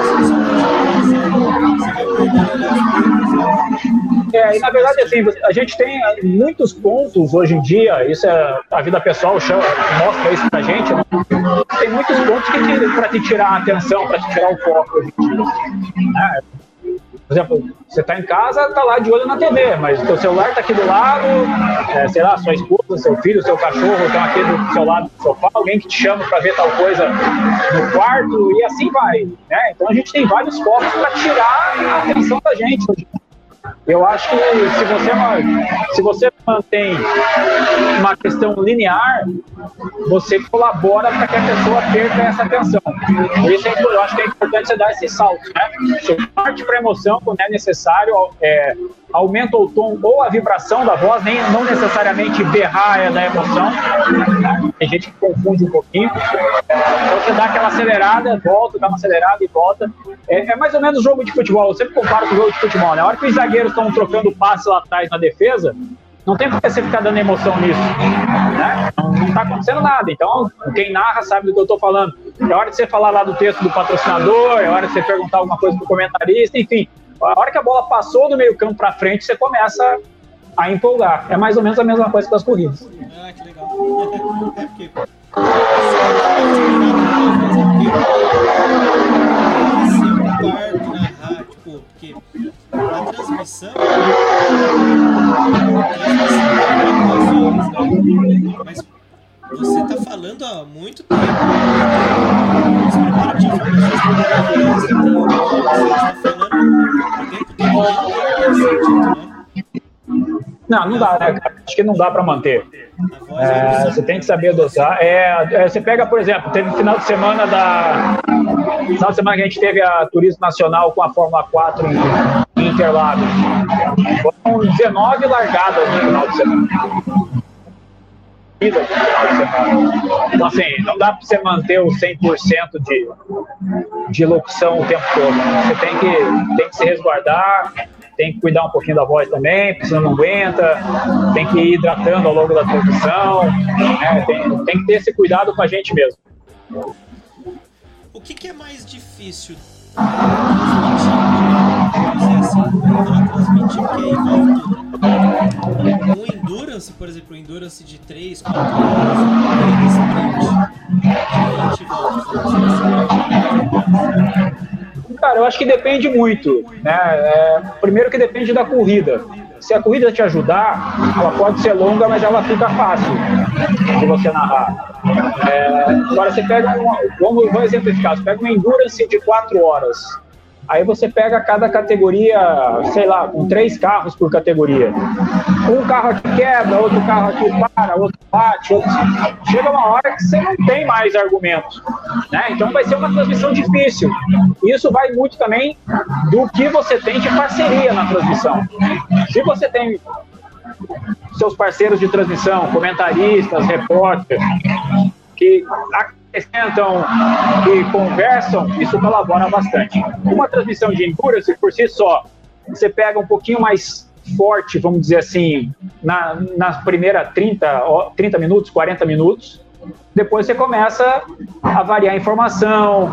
E na verdade, assim, a gente tem muitos pontos hoje em dia, isso a vida pessoal mostra isso pra gente, né? Tem muitos pontos para te tirar a atenção, para te tirar o foco hoje em dia. Por exemplo, você está em casa, está lá de olho na TV, mas o seu celular está aqui do lado, sei lá, sua esposa, seu filho, seu cachorro estão aqui do seu lado do sofá, alguém que te chama para ver tal coisa no quarto, e assim vai, né? Então a gente tem vários focos para tirar a atenção da gente. Eu acho que se você mantém uma questão linear, você colabora para que a pessoa perca essa atenção. Por isso eu acho que é importante você dar esse salto, né? Você parte para a emoção quando é necessário, aumenta o tom ou a vibração da voz, não necessariamente berrar da emoção. Tem gente que confunde um pouquinho. Então você dá aquela acelerada, volta, dá uma acelerada e volta. É mais ou menos jogo de futebol. Eu sempre comparo com o jogo de futebol, né? A hora que os zagueiros estão trocando passe lá atrás na defesa, não tem por que você ficar dando emoção nisso, né? Não está acontecendo nada. Então, quem narra sabe do que eu estou falando. É hora de você falar lá do texto do patrocinador, é hora de você perguntar alguma coisa para o comentarista, enfim. A hora que a bola passou do meio campo para frente, você começa a empolgar. É mais ou menos a mesma coisa com as corridas. Que legal. É porque... porque transmissão, mas você está falando há muito tempo. Os preparativos para você está falando o tempo todo, né? Não dá, né, cara? Acho que não dá para manter. Você tem que saber dosar. Você pega, por exemplo, teve final de semana que a gente teve a Turismo Nacional com a Fórmula 4 em Interlagos. Foram 19 largadas no final de semana. Então, assim, não dá para você manter o 100% de locução o tempo todo. Né? Você tem que se resguardar, tem que cuidar um pouquinho da voz também, porque senão não aguenta, tem que ir hidratando ao longo da transmissão, né? Tem que ter esse cuidado com a gente mesmo. O que é mais difícil transmitir, porque aí envolve um endurance, por exemplo, um endurance de 3, 4 horas, Cara, eu acho que depende muito, né? Primeiro que depende da corrida. Se a corrida te ajudar, ela pode ser longa, mas ela fica fácil de você narrar. Agora você pega vamos exemplificar, você pega uma endurance de 4 horas. Aí você pega cada categoria, sei lá, com 3 carros por categoria. Um carro aqui quebra, outro carro aqui para, outro bate, outro... Chega uma hora que você não tem mais argumentos, né? Então vai ser uma transmissão difícil. Isso vai muito também do que você tem de parceria na transmissão. Se você tem seus parceiros de transmissão, comentaristas, repórteres, que acrescentam, que conversam, isso colabora bastante. Uma transmissão de endurance, por si só, você pega um pouquinho mais forte, vamos dizer assim, na primeira 30 minutos, 40 minutos, depois você começa a variar a informação,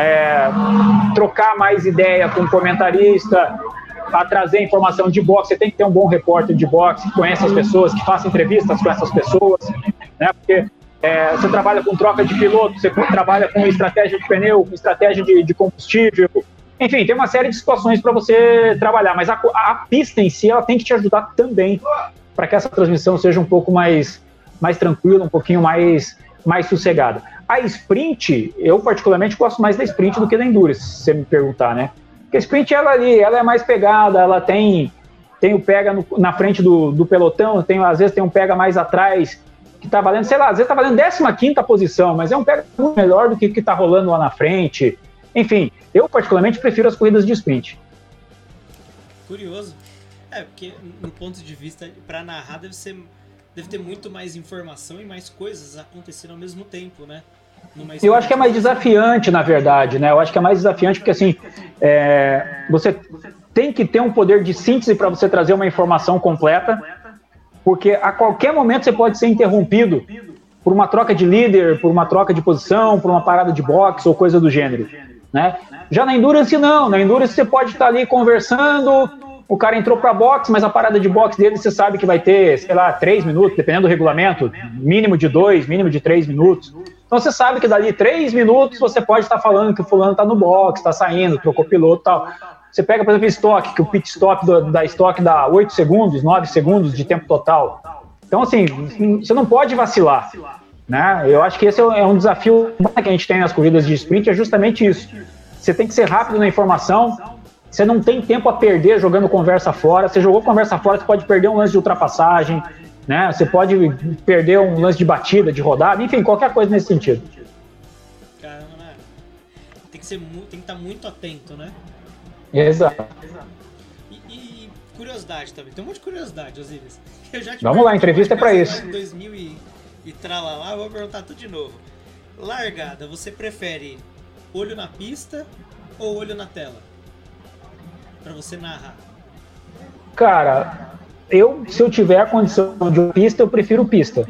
trocar mais ideia com o comentarista, a trazer informação de boxe. Você tem que ter um bom repórter de boxe, que conhece as pessoas, que faça entrevistas com essas pessoas, né? Porque você trabalha com troca de piloto, você trabalha com estratégia de pneu, com estratégia de combustível. Enfim, tem uma série de situações para você trabalhar, mas a pista em si ela tem que te ajudar também para que essa transmissão seja um pouco mais tranquila, um pouquinho mais sossegada. A sprint, eu particularmente gosto mais da sprint do que da endurance, se você me perguntar, né? Porque a sprint ela é mais pegada, ela tem o pega na frente do pelotão, às vezes tem um pega mais atrás, que tá valendo, sei lá, às vezes tá valendo 15ª posição, mas é um pega muito melhor do que tá rolando lá na frente. Enfim, eu particularmente prefiro as corridas de sprint. Curioso. Porque no ponto de vista, para narrar deve ter muito mais informação e mais coisas acontecendo ao mesmo tempo, né? Eu acho que é mais desafiante, na verdade, né? Eu acho que é mais desafiante porque, assim, você tem que ter um poder de síntese para você trazer uma informação completa, porque a qualquer momento você pode ser interrompido por uma troca de líder, por uma troca de posição, por uma parada de boxe ou coisa do gênero, né? Já na Endurance, não. Na Endurance você pode estar ali conversando, o cara entrou para boxe, mas a parada de boxe dele você sabe que vai ter, sei lá, 3 minutos, dependendo do regulamento, mínimo de 2, mínimo de 3 minutos. Então você sabe que dali 3 minutos você pode estar falando que o fulano está no boxe, está saindo, trocou piloto e tal. Você pega, por exemplo, estoque, que o pit stop da estoque dá 8 segundos, 9 segundos de tempo total. Então, assim, você não pode vacilar, né? Eu acho que esse é um desafio que a gente tem nas corridas de sprint, é justamente isso. Você tem que ser rápido na informação, você não tem tempo a perder jogando conversa fora. Você jogou conversa fora, você pode perder um lance de ultrapassagem, né? Você pode perder um lance de batida, de rodada, enfim, qualquer coisa nesse sentido. Caramba, né? Tem que estar muito atento, né? Exato. E curiosidade também. Tem um monte de curiosidade, Osiris. Vamos lá, a entrevista é pra isso. Em 2000 e tralalá, eu vou perguntar tudo de novo. Largada, você prefere olho na pista ou olho na tela? Pra você narrar. Cara, se eu tiver a condição de pista, eu prefiro pista.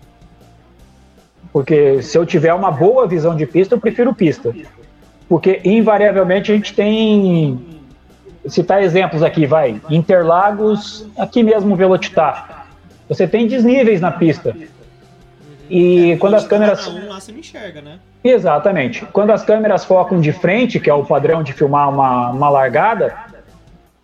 Porque se eu tiver uma boa visão de pista, eu prefiro pista. Porque, invariavelmente, a gente tem... Citar exemplos aqui, vai. Interlagos, aqui mesmo, Velocitar. Você tem desníveis na pista. E quando as câmeras... Lá você não enxerga, né? Exatamente. Quando as câmeras focam de frente, que é o padrão de filmar uma largada,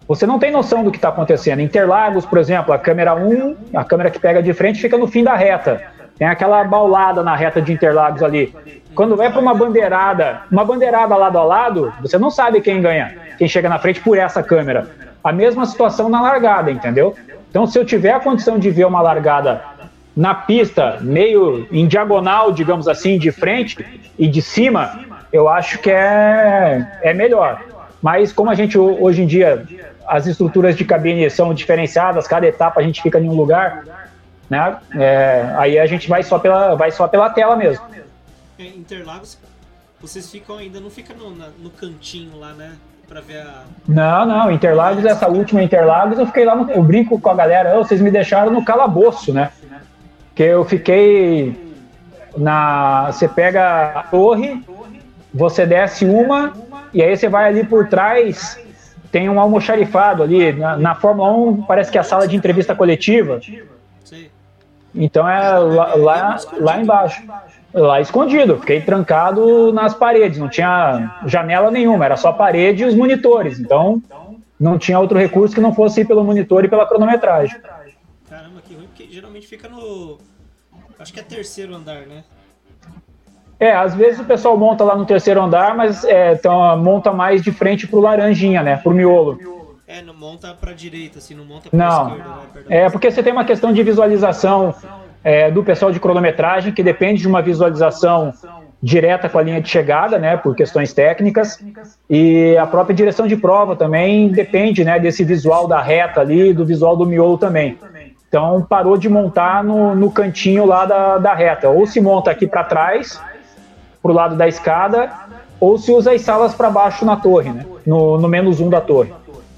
você não tem noção do que está acontecendo. Interlagos, por exemplo, a câmera 1, a câmera que pega de frente fica no fim da reta. Tem aquela baulada na reta de Interlagos ali. Quando vai para uma bandeirada lado a lado, você não sabe quem ganha, quem chega na frente por essa câmera. A mesma situação na largada, entendeu? Então, se eu tiver a condição de ver uma largada na pista, meio em diagonal, digamos assim, de frente e de cima, eu acho que é melhor. Mas como a gente, hoje em dia, as estruturas de cabine são diferenciadas, cada etapa a gente fica em um lugar, né? Aí a gente vai só pela tela mesmo. Interlagos, vocês ainda não ficam no cantinho lá, né? Pra ver a... Não, Interlagos, essa última Interlagos, eu fiquei lá, eu brinco com a galera, vocês me deixaram no calabouço, né? Que eu fiquei você pega a torre, você desce uma, e aí você vai ali por trás, tem um almoxarifado ali, na Fórmula 1 parece que é a sala de entrevista coletiva. Sim. Então lá embaixo. Lá escondido, fiquei trancado nas paredes, não tinha janela nenhuma, era só parede e os monitores, então não tinha outro recurso que não fosse ir pelo monitor e pela cronometragem. Caramba, que ruim, porque geralmente fica no... acho que é terceiro andar, né? Às vezes o pessoal monta lá no terceiro andar, mas então, monta mais de frente pro laranjinha, né, pro miolo. Não monta pra direita, assim, não monta pra esquerda, né? Perdão. Porque você tem uma questão de visualização do pessoal de cronometragem, que depende de uma visualização direta com a linha de chegada, né, por questões técnicas, e a própria direção de prova também depende, né, desse visual da reta ali, do visual do miolo também. Então parou de montar no cantinho lá da reta, ou se monta aqui para trás, pro lado da escada, ou se usa as salas para baixo na torre, né, no -1 da torre.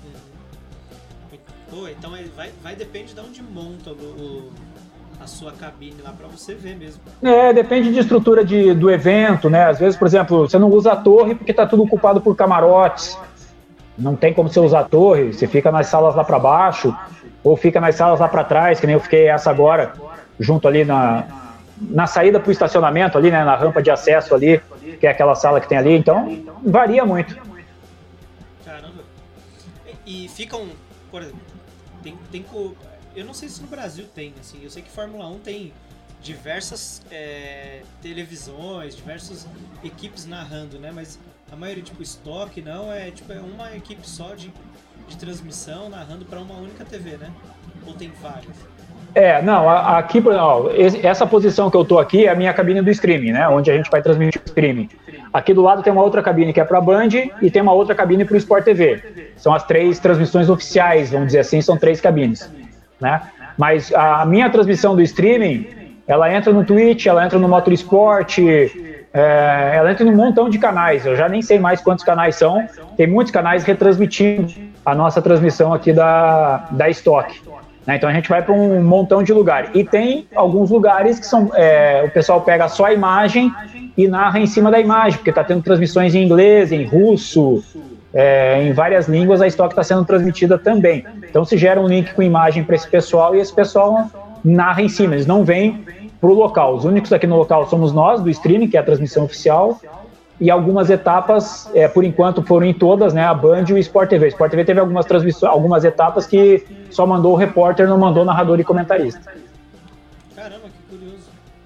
Então vai depende de onde monta a sua cabine lá para você ver mesmo. Depende de estrutura do evento, né? Às vezes, por exemplo, você não usa a torre porque tá tudo ocupado por camarotes. Não tem como você usar a torre, você fica nas salas lá para baixo, ou fica nas salas lá para trás, que nem eu fiquei essa agora, junto ali na saída pro estacionamento ali, né? Na rampa de acesso ali, que é aquela sala que tem ali. Então, varia muito. Caramba. E ficam, por exemplo, eu não sei se no Brasil tem, assim, eu sei que Fórmula 1 tem diversas televisões, diversas equipes narrando, né, mas a maioria, tipo, estoque, não, é uma equipe só de transmissão narrando para uma única TV, né, ou tem várias? Aqui, essa posição que eu tô aqui é a minha cabine do streaming, né, onde a gente vai transmitir o streaming. Aqui do lado tem uma outra cabine que é para a Band e tem uma outra cabine para o Sport TV. São as 3 transmissões oficiais, vamos dizer assim, são 3 cabines, né? Mas a minha transmissão do streaming, ela entra no Twitch, ela entra no Motorsport, ela entra num montão de canais. Eu já nem sei mais quantos canais são. Tem muitos canais retransmitindo a nossa transmissão aqui da Stock. Então a gente vai para um montão de lugares. E tem alguns lugares que são o pessoal pega só a imagem e narra em cima da imagem, porque está tendo transmissões em inglês, em russo, em várias línguas, a Stock está sendo transmitida também. Então se gera um link com imagem para esse pessoal e esse pessoal narra em cima, eles não vêm para o local. Os únicos aqui no local somos nós, do streaming, que é a transmissão oficial, e algumas etapas, por enquanto foram em todas, né, a Band e o Sport TV. O Sport TV teve algumas transmissões, algumas etapas que só mandou o repórter, não mandou narrador e comentarista. Caramba, que curioso.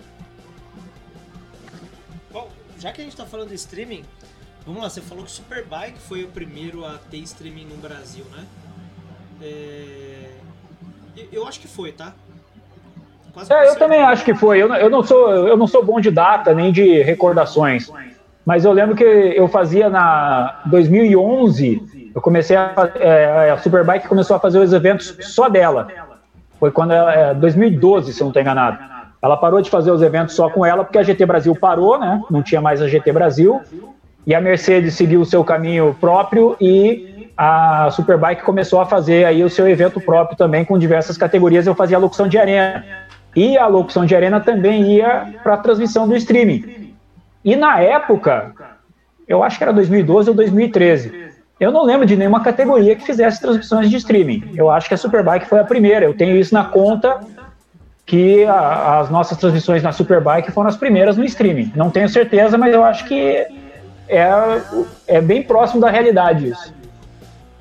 Bom, já que a gente tá falando de streaming, vamos lá, você falou que o Superbike foi o primeiro a ter streaming no Brasil, né? Eu acho que foi, tá? Eu também acho que foi. Eu não sou bom de data, nem de recordações. Mas eu lembro que eu fazia na 2011, eu comecei a Superbike começou a fazer os eventos só dela. Foi quando 2012, se eu não estou enganado. Ela parou de fazer os eventos só com ela, porque a GT Brasil parou, né? Não tinha mais a GT Brasil. E a Mercedes seguiu o seu caminho próprio e a Superbike começou a fazer aí o seu evento próprio também, com diversas categorias. Eu fazia a locução de arena. E a locução de arena também ia para a transmissão do streaming. E na época, eu acho que era 2012 ou 2013, eu não lembro de nenhuma categoria que fizesse transmissões de streaming. Eu acho que a Superbike foi a primeira. Eu tenho isso na conta, que as nossas transmissões na Superbike foram as primeiras no streaming. Não tenho certeza, mas eu acho que é bem próximo da realidade isso.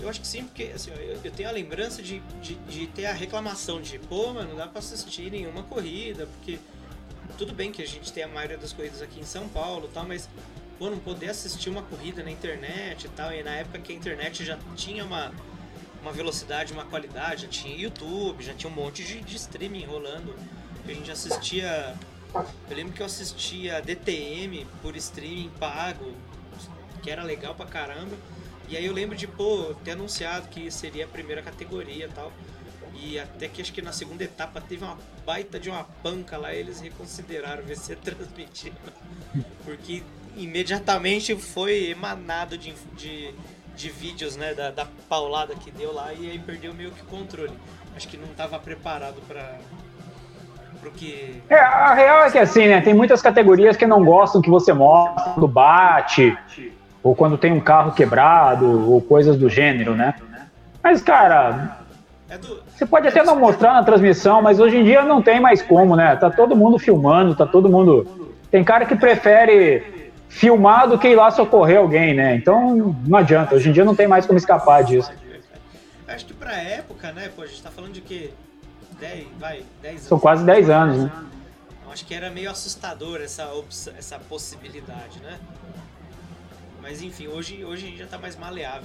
Eu acho que sim, porque assim, eu tenho a lembrança de ter a reclamação de, pô, mas não dá pra assistir nenhuma corrida, porque tudo bem que a gente tem a maioria das corridas aqui em São Paulo e tal, mas pô, não poder assistir uma corrida na internet e tal, e na época que a internet já tinha uma velocidade, uma qualidade, já tinha YouTube, já tinha um monte de streaming rolando, a gente assistia, eu lembro que eu assistia DTM por streaming pago, que era legal pra caramba, e aí eu lembro de, pô, ter anunciado que seria a primeira categoria e tal, e até que acho que na segunda etapa teve uma baita de uma panca lá, e eles reconsideraram ver se ia transmitir, porque imediatamente foi emanado de vídeos, né, da paulada que deu lá, e aí perdeu meio que o controle. Acho que não estava preparado para o que... A real é que assim, né, tem muitas categorias que não gostam que você mostre quando bate, ou quando tem um carro quebrado, ou coisas do gênero, né? Mas, cara, você pode até não mostrar na transmissão, mas hoje em dia não tem mais como, né? Tá todo mundo filmando, tá todo mundo... Tem cara que prefere filmar do que ir lá socorrer alguém, né? Então não adianta, hoje em dia não tem mais como escapar disso. Acho que pra época, né, pô, a gente tá falando de quê? 10 anos. São quase 10 anos, né? Acho que era meio assustador essa possibilidade, né? Mas enfim, hoje a gente já tá mais maleável.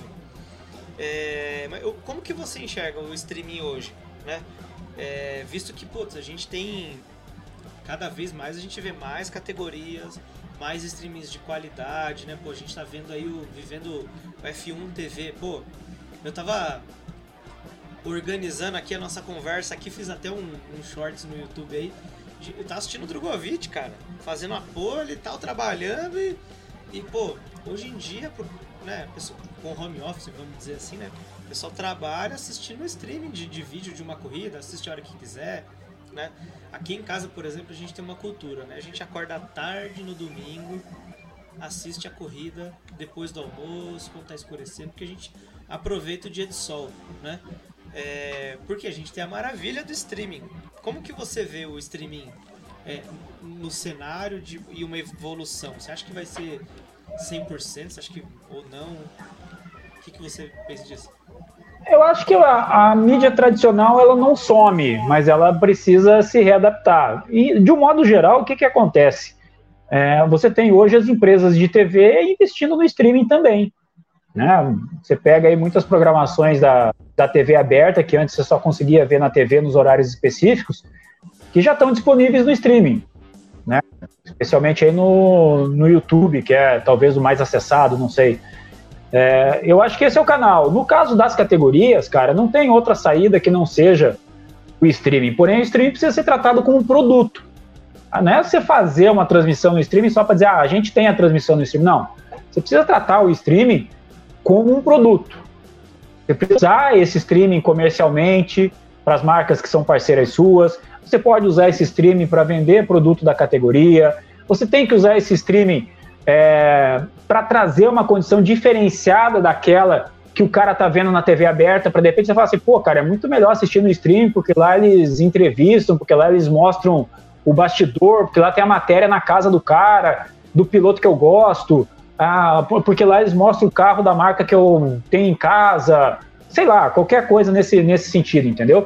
Mas como que você enxerga o streaming hoje, né? Visto que, putz, a gente tem... Cada vez mais a gente vê mais categorias, mais streamings de qualidade, né? Pô, a gente tá vendo aí, vivendo o F1 TV. Pô, eu tava organizando aqui a nossa conversa aqui, fiz até um shorts no YouTube aí. Eu tava assistindo o Drogovic, cara, fazendo a pole e tal, trabalhando e pô, hoje em dia, né, pessoa, com home office, vamos dizer assim, né? O pessoal trabalha assistindo streaming de vídeo de uma corrida, assiste a hora que quiser, né? Aqui em casa, por exemplo, a gente tem uma cultura, né? A gente acorda à tarde no domingo, assiste a corrida depois do almoço, quando tá escurecendo, porque a gente aproveita o dia de sol, né? Porque a gente tem a maravilha do streaming. Como que você vê o streaming no cenário e uma evolução? Você acha que vai ser 100%? Você acha que ou não? O que você pensa disso? Eu acho que a mídia tradicional ela não some, mas ela precisa se readaptar. E, de um modo geral, o que acontece? Você tem hoje as empresas de TV investindo no streaming também, né? Você pega aí muitas programações da TV aberta, que antes você só conseguia ver na TV nos horários específicos, que já estão disponíveis no streaming, né? Especialmente aí no YouTube, que é talvez o mais acessado, não sei. Eu acho que esse é o canal. No caso das categorias, cara, não tem outra saída que não seja o streaming. Porém, o streaming precisa ser tratado como um produto. Não é você fazer uma transmissão no streaming só para dizer, a gente tem a transmissão no streaming. Não. Você precisa tratar o streaming como um produto. Você precisa usar esse streaming comercialmente para as marcas que são parceiras suas. Você pode usar esse streaming para vender produto da categoria. Você tem que usar esse streaming para trazer uma condição diferenciada daquela que o cara tá vendo na TV aberta, para de repente você falar assim, pô, cara, é muito melhor assistir no stream, porque lá eles entrevistam, porque lá eles mostram o bastidor, porque lá tem a matéria na casa do cara, do piloto que eu gosto, porque lá eles mostram o carro da marca que eu tenho em casa, sei lá, qualquer coisa nesse sentido, entendeu?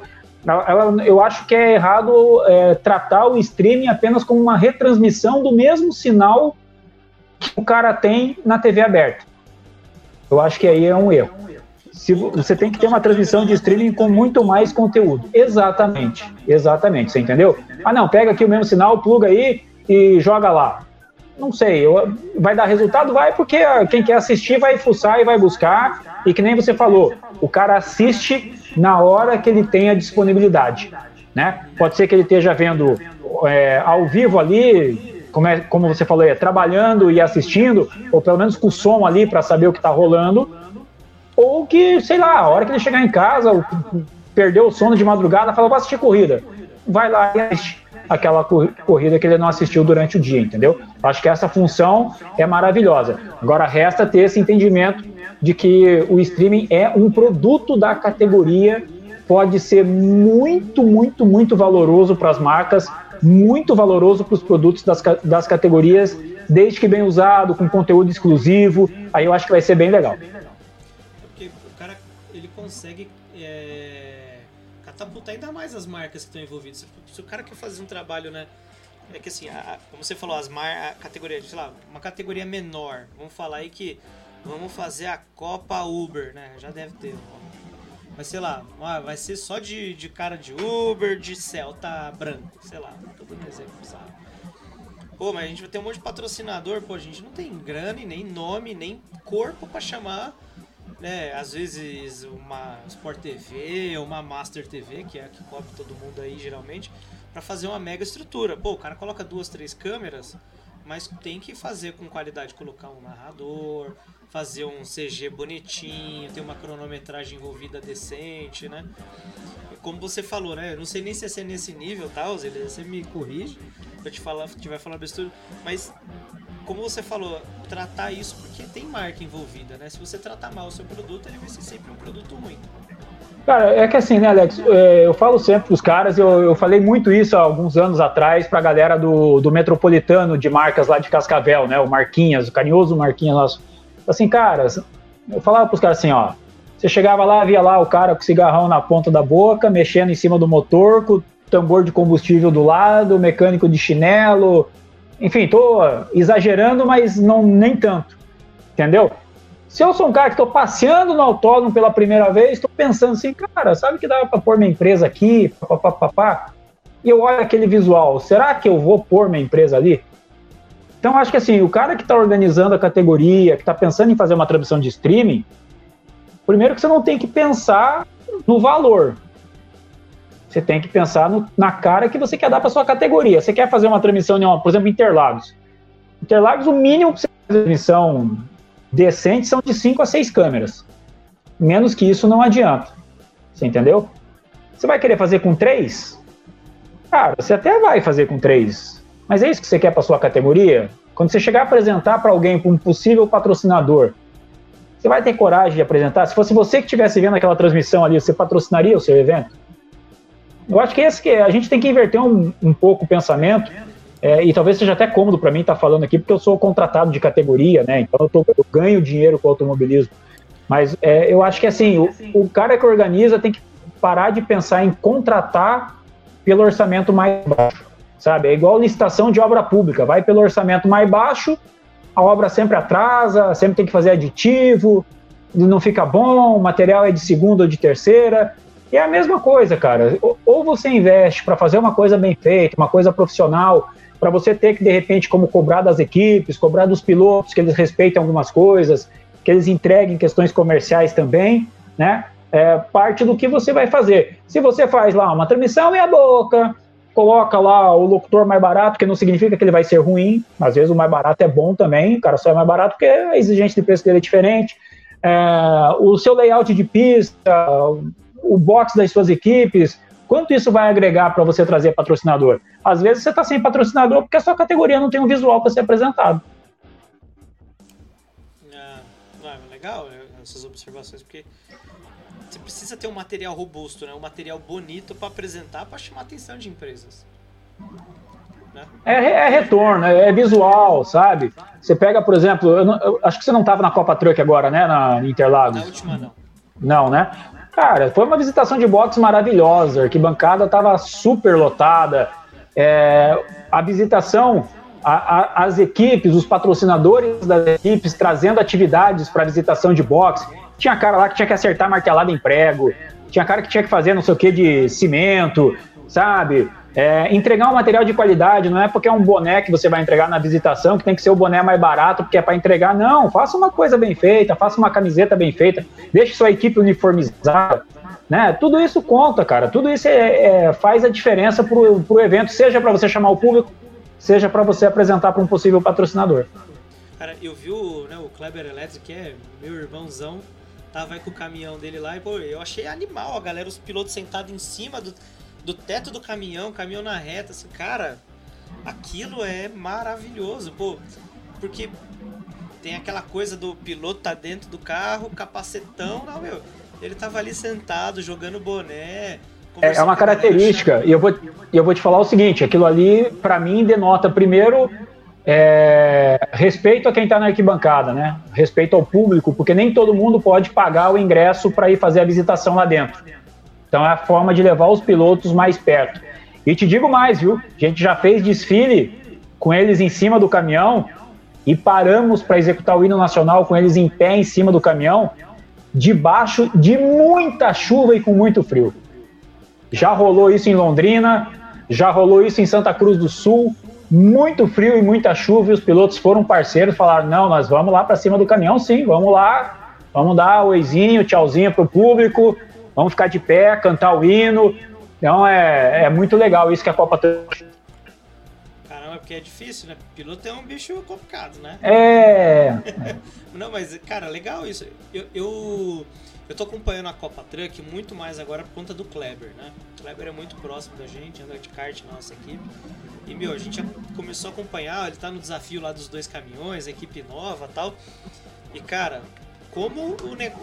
Eu acho que é errado tratar o streaming apenas como uma retransmissão do mesmo sinal que o cara tem na TV aberta. Eu acho que aí é um erro. Você tem que ter uma transmissão de streaming com muito mais conteúdo. Exatamente, você entendeu? Não, pega aqui o mesmo sinal, pluga aí e joga lá. Não sei, vai dar resultado? Vai, porque quem quer assistir vai fuçar e vai buscar, e que nem você falou, o cara assiste na hora que ele tem a disponibilidade, né? Pode ser que ele esteja vendo ao vivo ali, como você falou, trabalhando e assistindo, ou pelo menos com o som ali para saber o que está rolando, ou que, sei lá, a hora que ele chegar em casa, perdeu o sono de madrugada, fala, vou assistir corrida. Vai lá e assiste aquela corrida que ele não assistiu durante o dia, entendeu? Acho que essa função é maravilhosa. Agora resta ter esse entendimento de que o streaming é um produto da categoria, pode ser muito, muito, muito valoroso para as marcas, muito valoroso para os produtos das categorias, desde que bem usado, com conteúdo exclusivo, aí eu acho que vai ser bem legal. Porque o cara consegue catapultar ainda mais as marcas que estão envolvidas. Se o cara quer fazer um trabalho, né? É que assim, como você falou, a categoria, sei lá, uma categoria menor. Vamos falar aí que vamos fazer a Copa Uber, né? Já deve ter. Mas sei lá, vai ser só de cara de Uber, de Celta branco, sei lá, tô dando um exemplo, sabe? Pô, mas a gente vai ter um monte de patrocinador, pô, a gente não tem grana e nem nome, nem corpo pra chamar, né? Às vezes uma Sport TV ou uma Master TV, que é a que cobre todo mundo aí geralmente, pra fazer uma mega estrutura. Pô, o cara coloca 2, 3 câmeras, mas tem que fazer com qualidade, colocar um narrador, fazer um CG bonitinho, ter uma cronometragem envolvida decente, né? Como você falou, né? Eu não sei nem se é nesse nível, tá, Osiris? Você me corrige pra te falar, se tiver falando besteira, mas como você falou, tratar isso porque tem marca envolvida, né? Se você tratar mal o seu produto, ele vai ser sempre um produto ruim. Cara, é que assim, né, Alex, eu falo sempre pros caras, eu falei muito isso há alguns anos atrás pra galera do Metropolitano de marcas lá de Cascavel, né, o Marquinhas, o carinhoso Marquinhas nosso. Assim, cara, eu falava pros caras assim, ó, você chegava lá, via lá o cara com o cigarrão na ponta da boca, mexendo em cima do motor, com o tambor de combustível do lado, o mecânico de chinelo, enfim, tô exagerando, mas não nem tanto, entendeu? Se eu sou um cara que estou passeando no autódromo pela primeira vez, estou pensando assim, cara, sabe que dava para pôr minha empresa aqui, papapá, e eu olho aquele visual, será que eu vou pôr minha empresa ali? Então, acho que assim, o cara que está organizando a categoria, que está pensando em fazer uma transmissão de streaming, primeiro que você não tem que pensar no valor, você tem que pensar na cara que você quer dar para sua categoria. Você quer fazer uma transmissão, por exemplo, Interlagos. Interlagos, o mínimo para você fazer uma transmissão decente são de 5 a 6 câmeras. Menos que isso não adianta. Você entendeu? Você vai querer fazer com 3? Cara, você até vai fazer com 3. Mas é isso que você quer para sua categoria? Quando você chegar a apresentar para alguém, para um possível patrocinador, você vai ter coragem de apresentar? Se fosse você que estivesse vendo aquela transmissão ali, você patrocinaria o seu evento? Eu acho que a gente tem que inverter um pouco o pensamento, e talvez seja até cômodo para mim estar falando aqui, porque eu sou contratado de categoria, né? Então eu ganho dinheiro com o automobilismo. Mas eu acho que assim, o cara que organiza tem que parar de pensar em contratar pelo orçamento mais baixo, sabe? É igual licitação de obra pública, vai pelo orçamento mais baixo, a obra sempre atrasa, sempre tem que fazer aditivo, não fica bom, o material é de segunda ou de terceira. E é a mesma coisa, cara. Ou você investe para fazer uma coisa bem feita, uma coisa profissional, para você ter que, de repente, como cobrar das equipes, cobrar dos pilotos, que eles respeitem algumas coisas, que eles entreguem questões comerciais também, né? Parte do que você vai fazer. Se você faz lá uma transmissão meia boca, coloca lá o locutor mais barato, que não significa que ele vai ser ruim, às vezes o mais barato é bom também, o cara só é mais barato porque a exigência de preço dele é diferente. O seu layout de pista, o box das suas equipes, quanto isso vai agregar para você trazer patrocinador? Às vezes você está sem patrocinador porque a sua categoria não tem um visual para ser apresentado. Legal essas observações, porque você precisa ter um material robusto, né? Um material bonito para apresentar, para chamar a atenção de empresas. Né? É retorno, é visual, sabe? Você pega, por exemplo, eu acho que você não estava na Copa Truck agora, né? Na Interlagos. Na última, não. Não, né? Cara, foi uma visitação de boxe maravilhosa, a arquibancada estava super lotada, a visitação, as equipes, os patrocinadores das equipes trazendo atividades para visitação de boxe. Tinha cara lá que tinha que acertar martelada em prego, tinha cara que tinha que fazer não sei o que de cimento, sabe? Entregar um material de qualidade, não é porque é um boné que você vai entregar na visitação que tem que ser o boné mais barato porque é para entregar, não, faça uma coisa bem feita, faça uma camiseta bem feita, deixe sua equipe uniformizada, né? Tudo isso conta, cara, tudo isso faz a diferença pro evento, seja para você chamar o público, seja para você apresentar para um possível patrocinador. Cara, eu vi o Kleber Electric, que é meu irmãozão, tava aí com o caminhão dele lá e, pô, eu achei animal a galera, os pilotos sentados em cima do teto do caminhão na reta, assim, cara, aquilo é maravilhoso, pô, porque tem aquela coisa do piloto tá dentro do carro, capacetão, não, meu, ele tava ali sentado, jogando boné. É uma característica, e eu vou te falar o seguinte, aquilo ali, pra mim, denota, primeiro, respeito a quem está na arquibancada, né? Respeito ao público, porque nem todo mundo pode pagar o ingresso para ir fazer a visitação lá dentro. Então é a forma de levar os pilotos mais perto. E te digo mais, viu? A gente já fez desfile com eles em cima do caminhão e paramos para executar o hino nacional com eles em pé em cima do caminhão, debaixo de muita chuva e com muito frio. Já rolou isso em Londrina, já rolou isso em Santa Cruz do Sul, muito frio e muita chuva, e os pilotos foram parceiros, falaram, não, nós vamos lá para cima do caminhão sim, vamos lá, vamos dar oizinho, tchauzinho pro público, vamos ficar de pé, cantar o hino. Então é muito legal isso que a Copa trouxe. Caramba, porque é difícil, né? Piloto é um bicho complicado, né? Não, mas, cara, legal isso. Eu tô acompanhando a Copa Truck muito mais agora por conta do Kleber, né? O Kleber é muito próximo da gente, anda de kart na nossa equipe. E, a gente já começou a acompanhar, ele tá no desafio lá dos 2 caminhões, equipe nova e tal. E, cara, como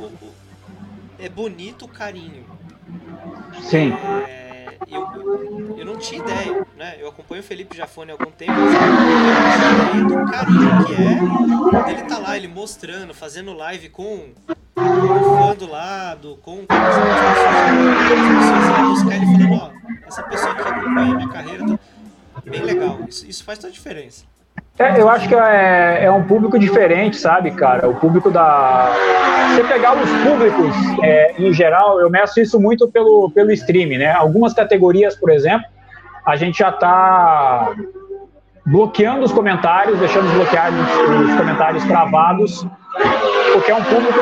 é bonito o carinho. Sim. Eu não tinha ideia, né? Eu acompanho o Felipe Jafone há algum tempo, mas eu não tinha ideia do carinho que é ele tá lá, ele mostrando, fazendo live com o fã do lado, com as pessoas indo buscar ele falando, ó, essa pessoa que acompanha a minha carreira, tá bem legal, isso faz toda a diferença. Eu acho que é um público diferente, sabe, cara? O público Você pegar os públicos, em geral, eu meço isso muito pelo stream, né? Algumas categorias, por exemplo, a gente já tá bloqueando os comentários, deixando bloqueados os comentários travados, porque é um público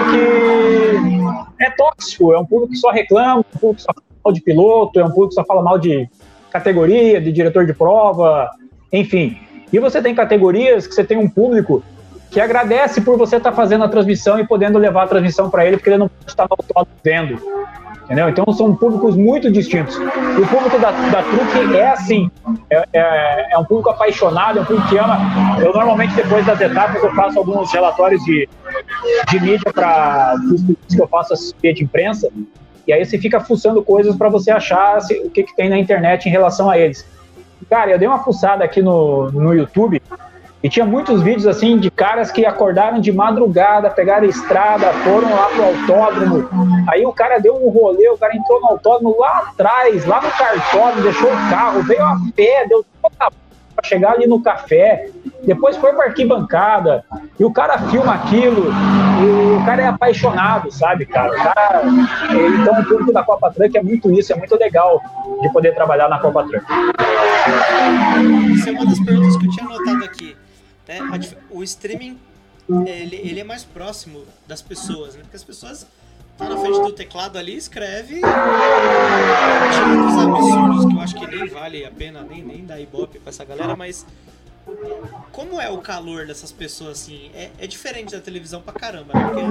que é tóxico, é um público que só reclama, é um público que só fala mal de piloto, é um público que só fala mal de categoria, de diretor de prova, enfim. E você tem categorias que você tem um público que agradece por você estar fazendo a transmissão e podendo levar a transmissão para ele, porque ele não pode estar no autódromo vendo. Entendeu? Então são públicos muito distintos. E o público da Truck é assim, é um público apaixonado, é um público que ama. Eu normalmente, depois das etapas, eu faço alguns relatórios de mídia para os que eu faço assessoria de imprensa, e aí você fica fuçando coisas para você achar o que tem na internet em relação a eles. Cara, eu dei uma fuçada aqui no YouTube e tinha muitos vídeos assim de caras que acordaram de madrugada, pegaram a estrada, foram lá pro autódromo. Aí o cara deu um rolê, o cara entrou no autódromo lá atrás, lá no cartódromo, deixou o carro, veio a pé, deu toda a para chegar ali no café, depois foi para arquibancada, e o cara filma aquilo, e o cara é apaixonado, sabe, cara? Então o público da Copa Truck é muito isso, é muito legal de poder trabalhar na Copa Truck. Isso é uma das perguntas que eu tinha anotado aqui, né? O streaming, ele é mais próximo das pessoas, né? Porque as pessoas tá na frente do teclado ali, escreve, tira dos absurdos, que eu acho que nem vale a pena, nem dar ibope pra essa galera, mas como é o calor dessas pessoas, assim? É diferente da televisão pra caramba, né? Porque a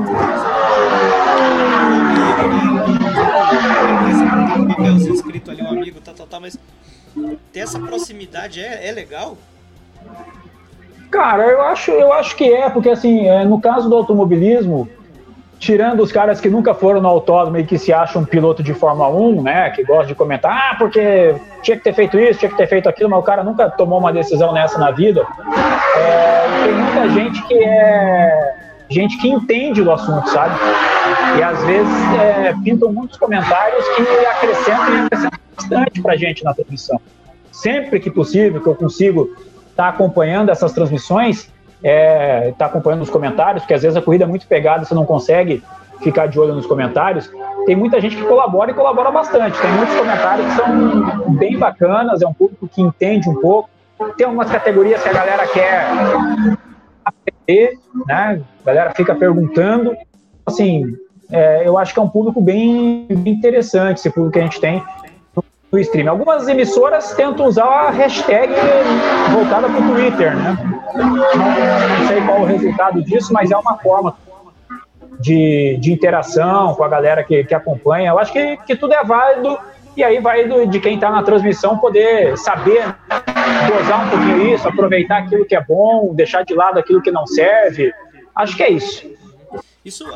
televisão é um amigo, né? Um papelzinho escrito ali, um amigo, tal, mas ter essa proximidade é legal? Cara, eu acho que porque assim, no caso do automobilismo, tirando os caras que nunca foram no autódromo e que se acham piloto de Fórmula 1, né, que gostam de comentar, porque tinha que ter feito isso, tinha que ter feito aquilo, mas o cara nunca tomou uma decisão nessa na vida. Tem muita gente gente que entende do assunto, sabe? E às vezes pintam muitos comentários que acrescentam bastante pra gente na transmissão. Sempre que possível, que eu consigo estar acompanhando essas transmissões, tá acompanhando os comentários, porque às vezes a corrida é muito pegada, você não consegue ficar de olho nos comentários. Tem muita gente que colabora e colabora bastante. Tem muitos comentários que são bem bacanas, é um público que entende um pouco. Tem algumas categorias que a galera quer aprender, né? A galera fica perguntando. Assim, eu acho que é um público bem interessante, esse público que a gente tem no stream. Algumas emissoras tentam usar a hashtag voltada para o Twitter, né? Não sei qual o resultado disso, mas é uma forma de interação com a galera que acompanha. Eu acho que tudo é válido, e aí vai de quem está na transmissão poder saber dosar um pouquinho isso, aproveitar aquilo que é bom, deixar de lado aquilo que não serve. Acho que é isso. Isso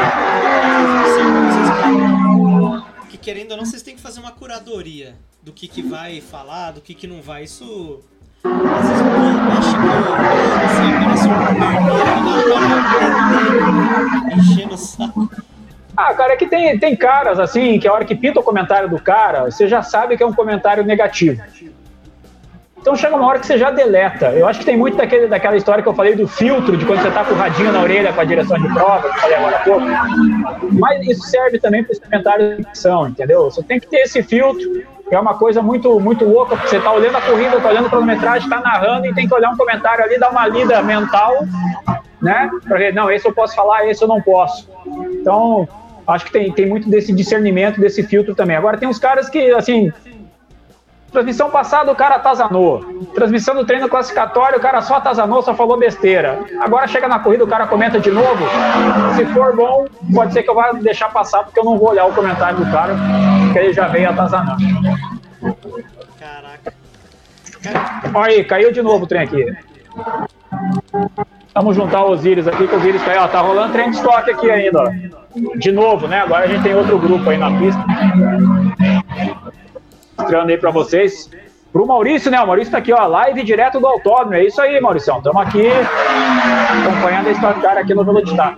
atrapalha que, querendo ou não, vocês têm que fazer uma curadoria do que vai falar, do que não vai. Isso Às vezes, pô, mexe com assim, aparece um vermelho na enchendo o saco. Ah, cara, é que tem caras, assim, que a hora que pinta o comentário do cara, você já sabe que é um comentário negativo. Então chega uma hora que você já deleta. Eu acho que tem muito daquela história que eu falei do filtro, de quando você tá com o radinho na orelha com a direção de prova, que eu falei agora há pouco. Mas isso serve também para os comentários de ficção, entendeu? Você tem que ter esse filtro, que é uma coisa muito, muito louca, porque você tá olhando a corrida, tá olhando a cronometragem, tá narrando e tem que olhar um comentário ali, dar uma lida mental, né? Pra ver, não, esse eu posso falar, esse eu não posso. Então, acho que tem muito desse discernimento, desse filtro também. Agora tem uns caras que, assim, transmissão passada o cara atazanou, transmissão do treino classificatório o cara só atazanou, só falou besteira. Agora chega na corrida o cara comenta de novo. Se for bom, pode ser que eu vá deixar passar, porque eu não vou olhar o comentário do cara, porque ele já veio atazanando. Caraca. Olha aí, caiu de novo o trem aqui. Vamos juntar o Osiris aqui, que o Osiris caiu. Ó, tá rolando trem de estoque aqui ainda, ó. De novo, né? Agora a gente tem outro grupo aí na pista. Mostrando aí pra vocês. Pro Maurício, né? O Maurício tá aqui, ó. Live direto do autódromo. É isso aí, Mauricião. Estamos aqui acompanhando a Stock Car aqui no Velocitar.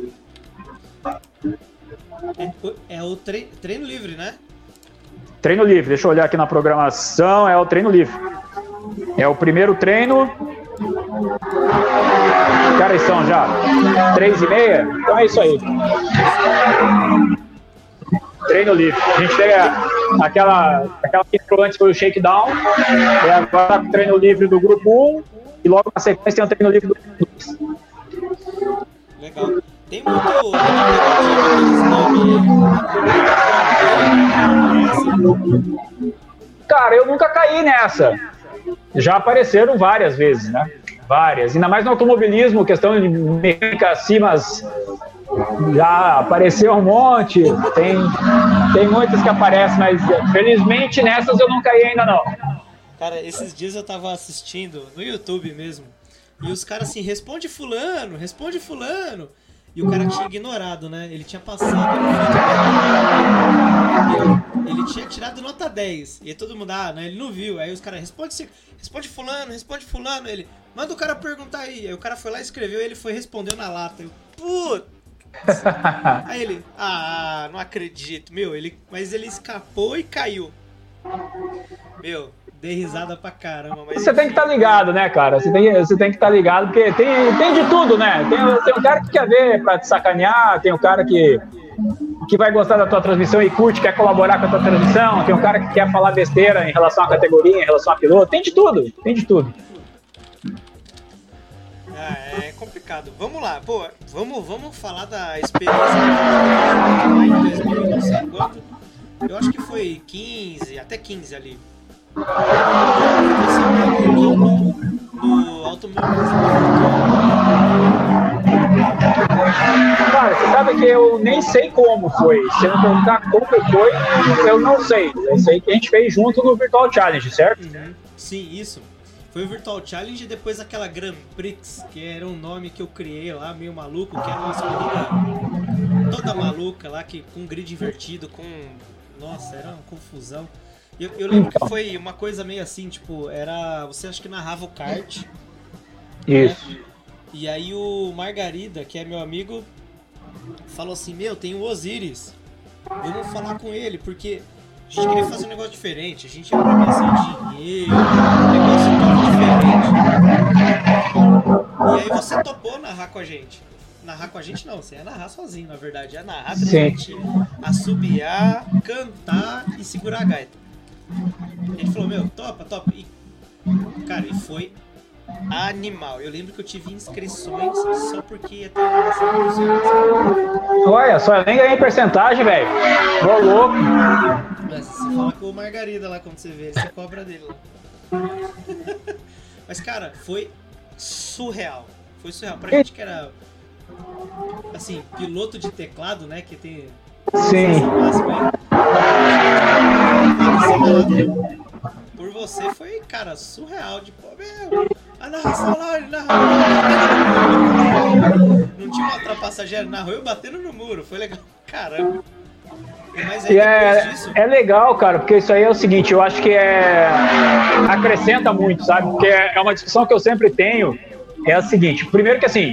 É o treino livre, né? Treino livre. Deixa eu olhar aqui na programação. É o treino livre. É o primeiro treino. Que horas são já? 3h30? Então é isso aí. Treino livre. A gente teve aquela que entrou antes foi o shakedown, e agora o treino livre do grupo 1, e logo na sequência tem o treino livre do grupo 2. Legal. Tem muito negativo. Cara, eu nunca caí nessa. Já apareceram várias vezes, né? Várias. Ainda mais no automobilismo, questão de mecânica acima, já apareceu um monte. Tem muitas que aparecem, mas felizmente nessas eu não caí ainda não. Cara, esses dias eu tava assistindo no YouTube mesmo, e os caras assim, responde fulano. E o cara tinha ignorado, né? Ele tinha passado no vídeo. Ele tinha tirado nota 10. E aí todo mundo, né? Ele não viu. Aí os caras, responde fulano. Ele, manda o cara perguntar aí. Aí o cara foi lá, escreveu, e ele respondeu na lata. Eu, putz. Aí ele, não acredito. Mas ele escapou e caiu. Meu, dei risada pra caramba. Mas você tem que estar ligado, né, cara? Você tem que estar ligado, porque tem de tudo, né? Tem um cara que quer ver pra te sacanear, tem um cara que vai gostar da tua transmissão e curte, quer colaborar com a tua transmissão, tem um cara que quer falar besteira em relação à categoria, em relação a piloto, tem de tudo. É complicado. Vamos lá, pô, vamos falar da experiência que a gente teve lá em 2000, não sei quanto. Eu acho que foi 15, até 15 ali. Você mergulhou no automobilismo. Cara, você sabe que eu nem sei como foi. Se eu não perguntar como foi, eu não sei. Eu sei que a gente fez junto no Virtual Challenge, certo? Uhum. Sim, isso. Foi o Virtual Challenge e depois aquela Grand Prix, que era um nome que eu criei lá, meio maluco, que era uma corrida toda maluca lá, com grid invertido, Nossa, era uma confusão. Eu lembro que foi uma coisa meio assim, tipo, você acha que narrava o kart. Isso. Né? E aí o Margarida, que é meu amigo, falou assim, tem o Osiris, vamos falar com ele, porque a gente queria fazer um negócio diferente, a gente ia ganhar sem dinheiro, um negócio todo diferente. E aí você topou narrar com a gente. Narrar com a gente não, você ia narrar sozinho, na verdade. Ia narrar, transmitir, assobiar, cantar e segurar a gaita. A gente falou, topa. E, cara, e foi animal. Eu lembro que eu tive inscrições só porque ia ter uma narração. Olha, só eu nem ganhei porcentagem, velho. Tô louco. Mas você fala com o Margarida lá quando você vê ele, você cobra dele lá. Mas, cara, foi surreal. Foi surreal. Pra gente que era, assim, piloto de teclado, né? Que tem... Sim. Por você foi, cara, surreal. De pô, a narração lá, ele narrou. Não tinha uma ultrapassageira, narrou eu batendo no muro. Foi legal. Caramba. Mas aí depois disso... É legal, cara, porque isso aí é o seguinte, eu acho que acrescenta muito, sabe? Porque é uma discussão que eu sempre tenho, é o seguinte, primeiro que assim,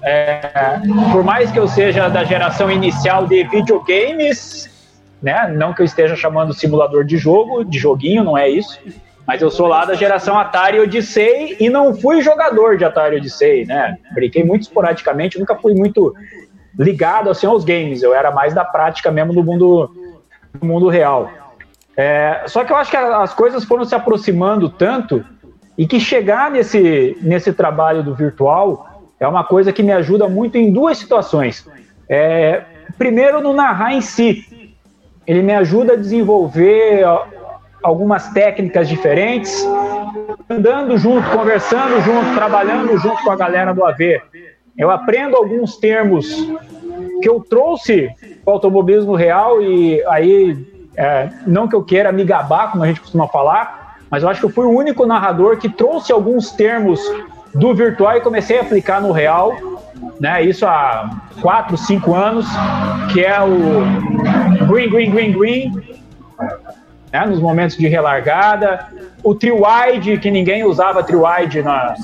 por mais que eu seja da geração inicial de videogames, né? Não que eu esteja chamando simulador de joguinho, não é isso, mas eu sou lá da geração Atari Odyssey e não fui jogador de Atari Odyssey, né? Brinquei muito esporadicamente, nunca fui muito ligado assim aos games, eu era mais da prática mesmo do mundo real. Só que eu acho que as coisas foram se aproximando tanto e que chegar nesse trabalho do virtual é uma coisa que me ajuda muito em duas situações. Primeiro, no narrar em si. Ele me ajuda a desenvolver algumas técnicas diferentes, andando junto, conversando junto, trabalhando junto com a galera do AV. Eu aprendo alguns termos que eu trouxe para o automobilismo real e aí, não que eu queira me gabar, como a gente costuma falar, mas eu acho que eu fui o único narrador que trouxe alguns termos do virtual e comecei a aplicar no real, né? Isso há 4, 5 anos, que é o green, né? Nos momentos de relargada, o three-wide, que ninguém usava three-wide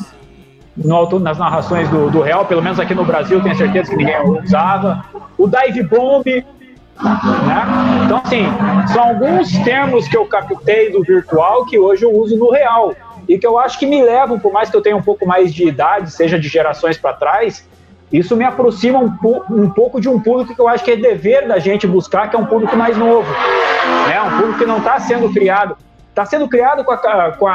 nas narrações do real, pelo menos aqui no Brasil, tenho certeza que ninguém usava, o dive bomb, né? Então, assim, são alguns termos que eu captei do virtual que hoje eu uso no real e que eu acho que me levam, por mais que eu tenha um pouco mais de idade, seja de gerações para trás, isso me aproxima um pouco de um público que eu acho que é dever da gente buscar, que é um público mais novo, né? Um público que não está sendo criado, está sendo criado com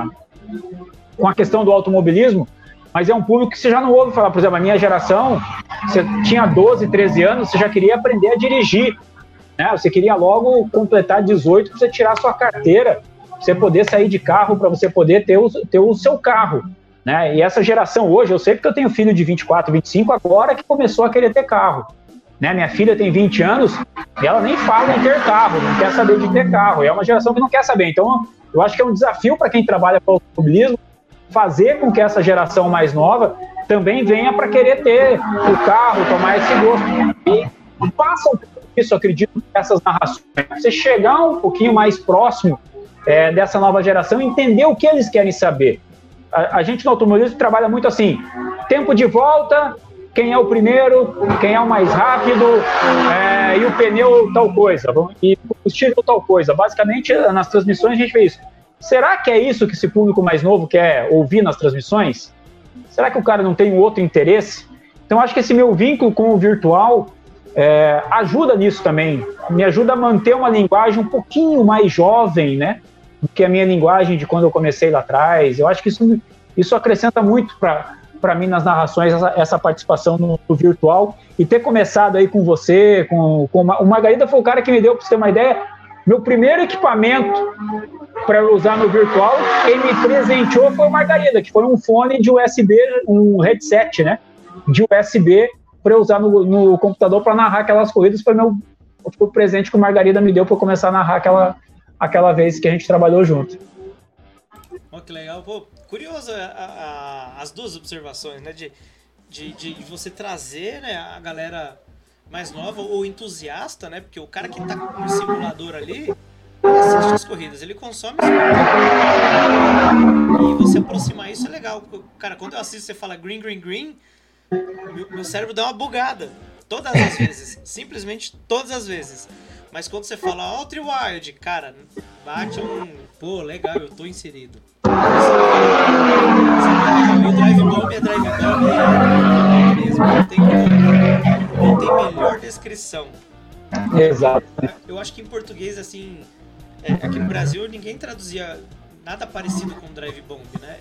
a questão do automobilismo, mas é um público que você já não ouve falar. Por exemplo, a minha geração, você tinha 12, 13 anos, você já queria aprender a dirigir, né? Você queria logo completar 18 para você tirar a sua carteira, para você poder sair de carro, para você poder ter o seu carro, né? E essa geração hoje, eu sei porque eu tenho filho de 24, 25 agora que começou a querer ter carro, né? Minha filha tem 20 anos e ela nem fala em ter carro, não quer saber de ter carro. É uma geração que não quer saber. Então, eu acho que é um desafio para quem trabalha com automobilismo fazer com que essa geração mais nova também venha para querer ter o carro, tomar esse gosto. E passam por isso, acredito, essas narrações. Você chegar um pouquinho mais próximo dessa nova geração e entender o que eles querem saber. A gente no automobilismo trabalha muito assim, tempo de volta, quem é o primeiro, quem é o mais rápido, e o pneu tal coisa, e o combustível tal coisa. Basicamente, nas transmissões a gente vê isso. Será que é isso que esse público mais novo quer ouvir nas transmissões? Será que o cara não tem um outro interesse? Então, acho que esse meu vínculo com o virtual ajuda nisso também. Me ajuda a manter uma linguagem um pouquinho mais jovem, né? Do que a minha linguagem de quando eu comecei lá atrás. Eu acho que isso acrescenta muito para mim nas narrações, essa participação no virtual. E ter começado aí com você, o Margarida foi o cara que me deu, para você ter uma ideia, meu primeiro equipamento para eu usar no virtual, quem me presenteou foi o Margarida, que foi um fone de USB, um headset, né, de USB, para eu usar no computador para narrar aquelas corridas. Foi o presente que o Margarida me deu para eu começar a narrar aquela vez que a gente trabalhou junto. Oh, que legal. Pô, curioso as duas observações, né, de você trazer, né, a galera mais nova ou entusiasta, né, porque o cara que tá no simulador ali, ele assiste as corridas, ele consome as corridas. E você aproximar isso é legal. Cara, quando eu assisto você fala green, meu cérebro dá uma bugada. Todas as vezes. Simplesmente todas as vezes. Mas quando você fala Ultra Wild, cara, bate pô, legal, eu tô inserido. O Drive Bomb é Drive Bomb mesmo. Não tem melhor descrição. Exato. Eu acho que em português, assim, aqui no Brasil ninguém traduzia nada parecido com Drive Bomb, né?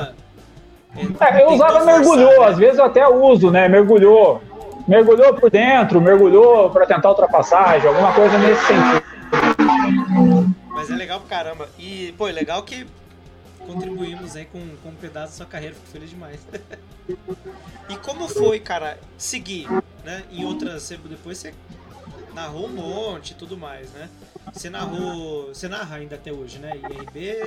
Eu usava mergulhou, às vezes eu até uso, né? Mergulhou por dentro, mergulhou para tentar ultrapassagem, alguma coisa nesse sentido. Mas é legal pra caramba. E, pô, é legal que contribuímos aí com um pedaço da sua carreira, fico feliz demais. E como foi, cara, seguir, né? Em outras, depois você narrou um monte e tudo mais, né? Você narra ainda até hoje, né? IRB...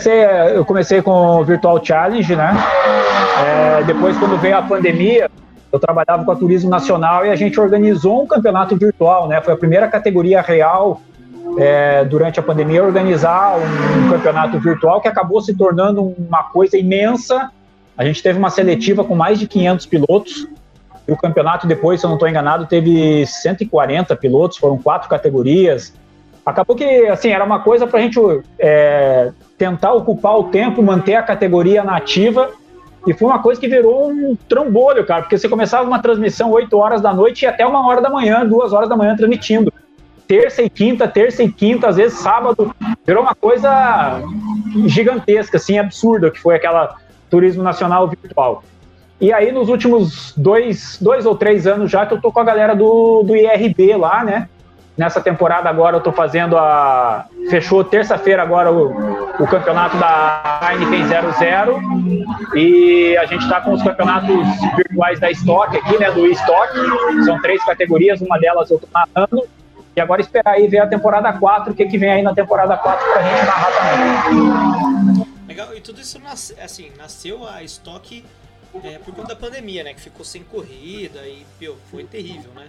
eu comecei com o Virtual Challenge, né? Depois, quando veio a pandemia, eu trabalhava com a Turismo Nacional e a gente organizou um campeonato virtual, né? Foi a primeira categoria real durante a pandemia organizar um campeonato virtual que acabou se tornando uma coisa imensa. A gente teve uma seletiva com mais de 500 pilotos e o campeonato depois, se eu não estou enganado, teve 140 pilotos, foram 4 categorias. Acabou que, assim, era uma coisa para a gente tentar ocupar o tempo, manter a categoria nativa, e foi uma coisa que virou um trambolho, cara, porque você começava uma transmissão 8 horas da noite e até 1 hora da manhã, 2 horas da manhã transmitindo. Terça e quinta, às vezes sábado, virou uma coisa gigantesca, assim, absurda, que foi aquela Turismo Nacional virtual. E aí, nos últimos 2 ou 3 anos já, que eu tô com a galera do IRB lá, né? Nessa temporada agora eu tô fazendo fechou terça-feira agora o campeonato da Heineken 00 e a gente tá com os campeonatos virtuais da Stock aqui, né? Do Stock, são 3 categorias, uma delas eu tô narrando. E agora esperar aí ver a temporada 4, o que vem aí na temporada 4 pra gente narrar também. Legal, e tudo isso nasceu a Stock por conta da pandemia, né? Que ficou sem corrida e, foi terrível, né?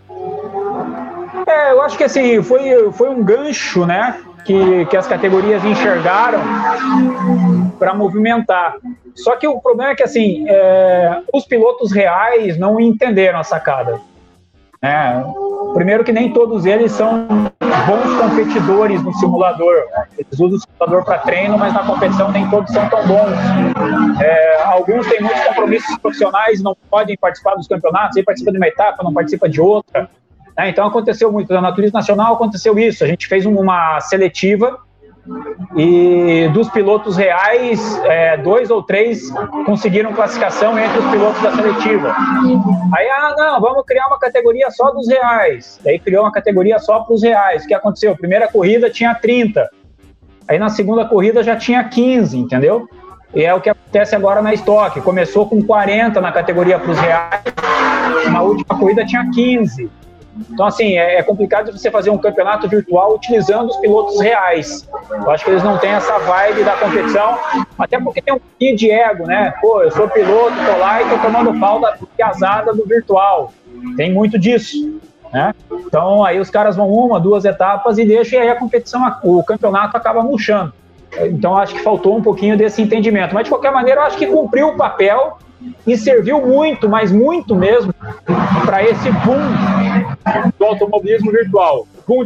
Eu acho que assim, foi um gancho, né? Que as categorias enxergaram para movimentar. Só que o problema é que assim, os pilotos reais não entenderam a sacada. Primeiro que nem todos eles são bons competidores no simulador. Eles usam o simulador para treino, mas na competição nem todos são tão bons. Alguns têm muitos compromissos profissionais e não podem participar dos campeonatos, aí participa de uma etapa, não participa de outra. Então aconteceu muito. Na Turismo Nacional aconteceu isso. A gente fez uma seletiva e dos pilotos reais, 2 ou 3 conseguiram classificação entre os pilotos da seletiva. Aí, não, vamos criar uma categoria só dos reais. Daí criou uma categoria só para os reais. O que aconteceu? Primeira corrida tinha 30. Aí na segunda corrida já tinha 15, entendeu? E é o que acontece agora na Stock. Começou com 40 na categoria para os reais, na última corrida tinha 15. Então, assim, é complicado você fazer um campeonato virtual utilizando os pilotos reais. Eu acho que eles não têm essa vibe da competição, até porque tem um pouquinho de ego, né? Pô, eu sou piloto, tô lá e tô tomando pau da piazada do virtual. Tem muito disso, né? Então, aí os caras vão 1, 2 etapas e deixam, e aí a competição, o campeonato acaba murchando. Então, acho que faltou um pouquinho desse entendimento. Mas, de qualquer maneira, eu acho que cumpriu o papel e serviu muito, mas muito mesmo, para esse boom do automobilismo virtual. Boom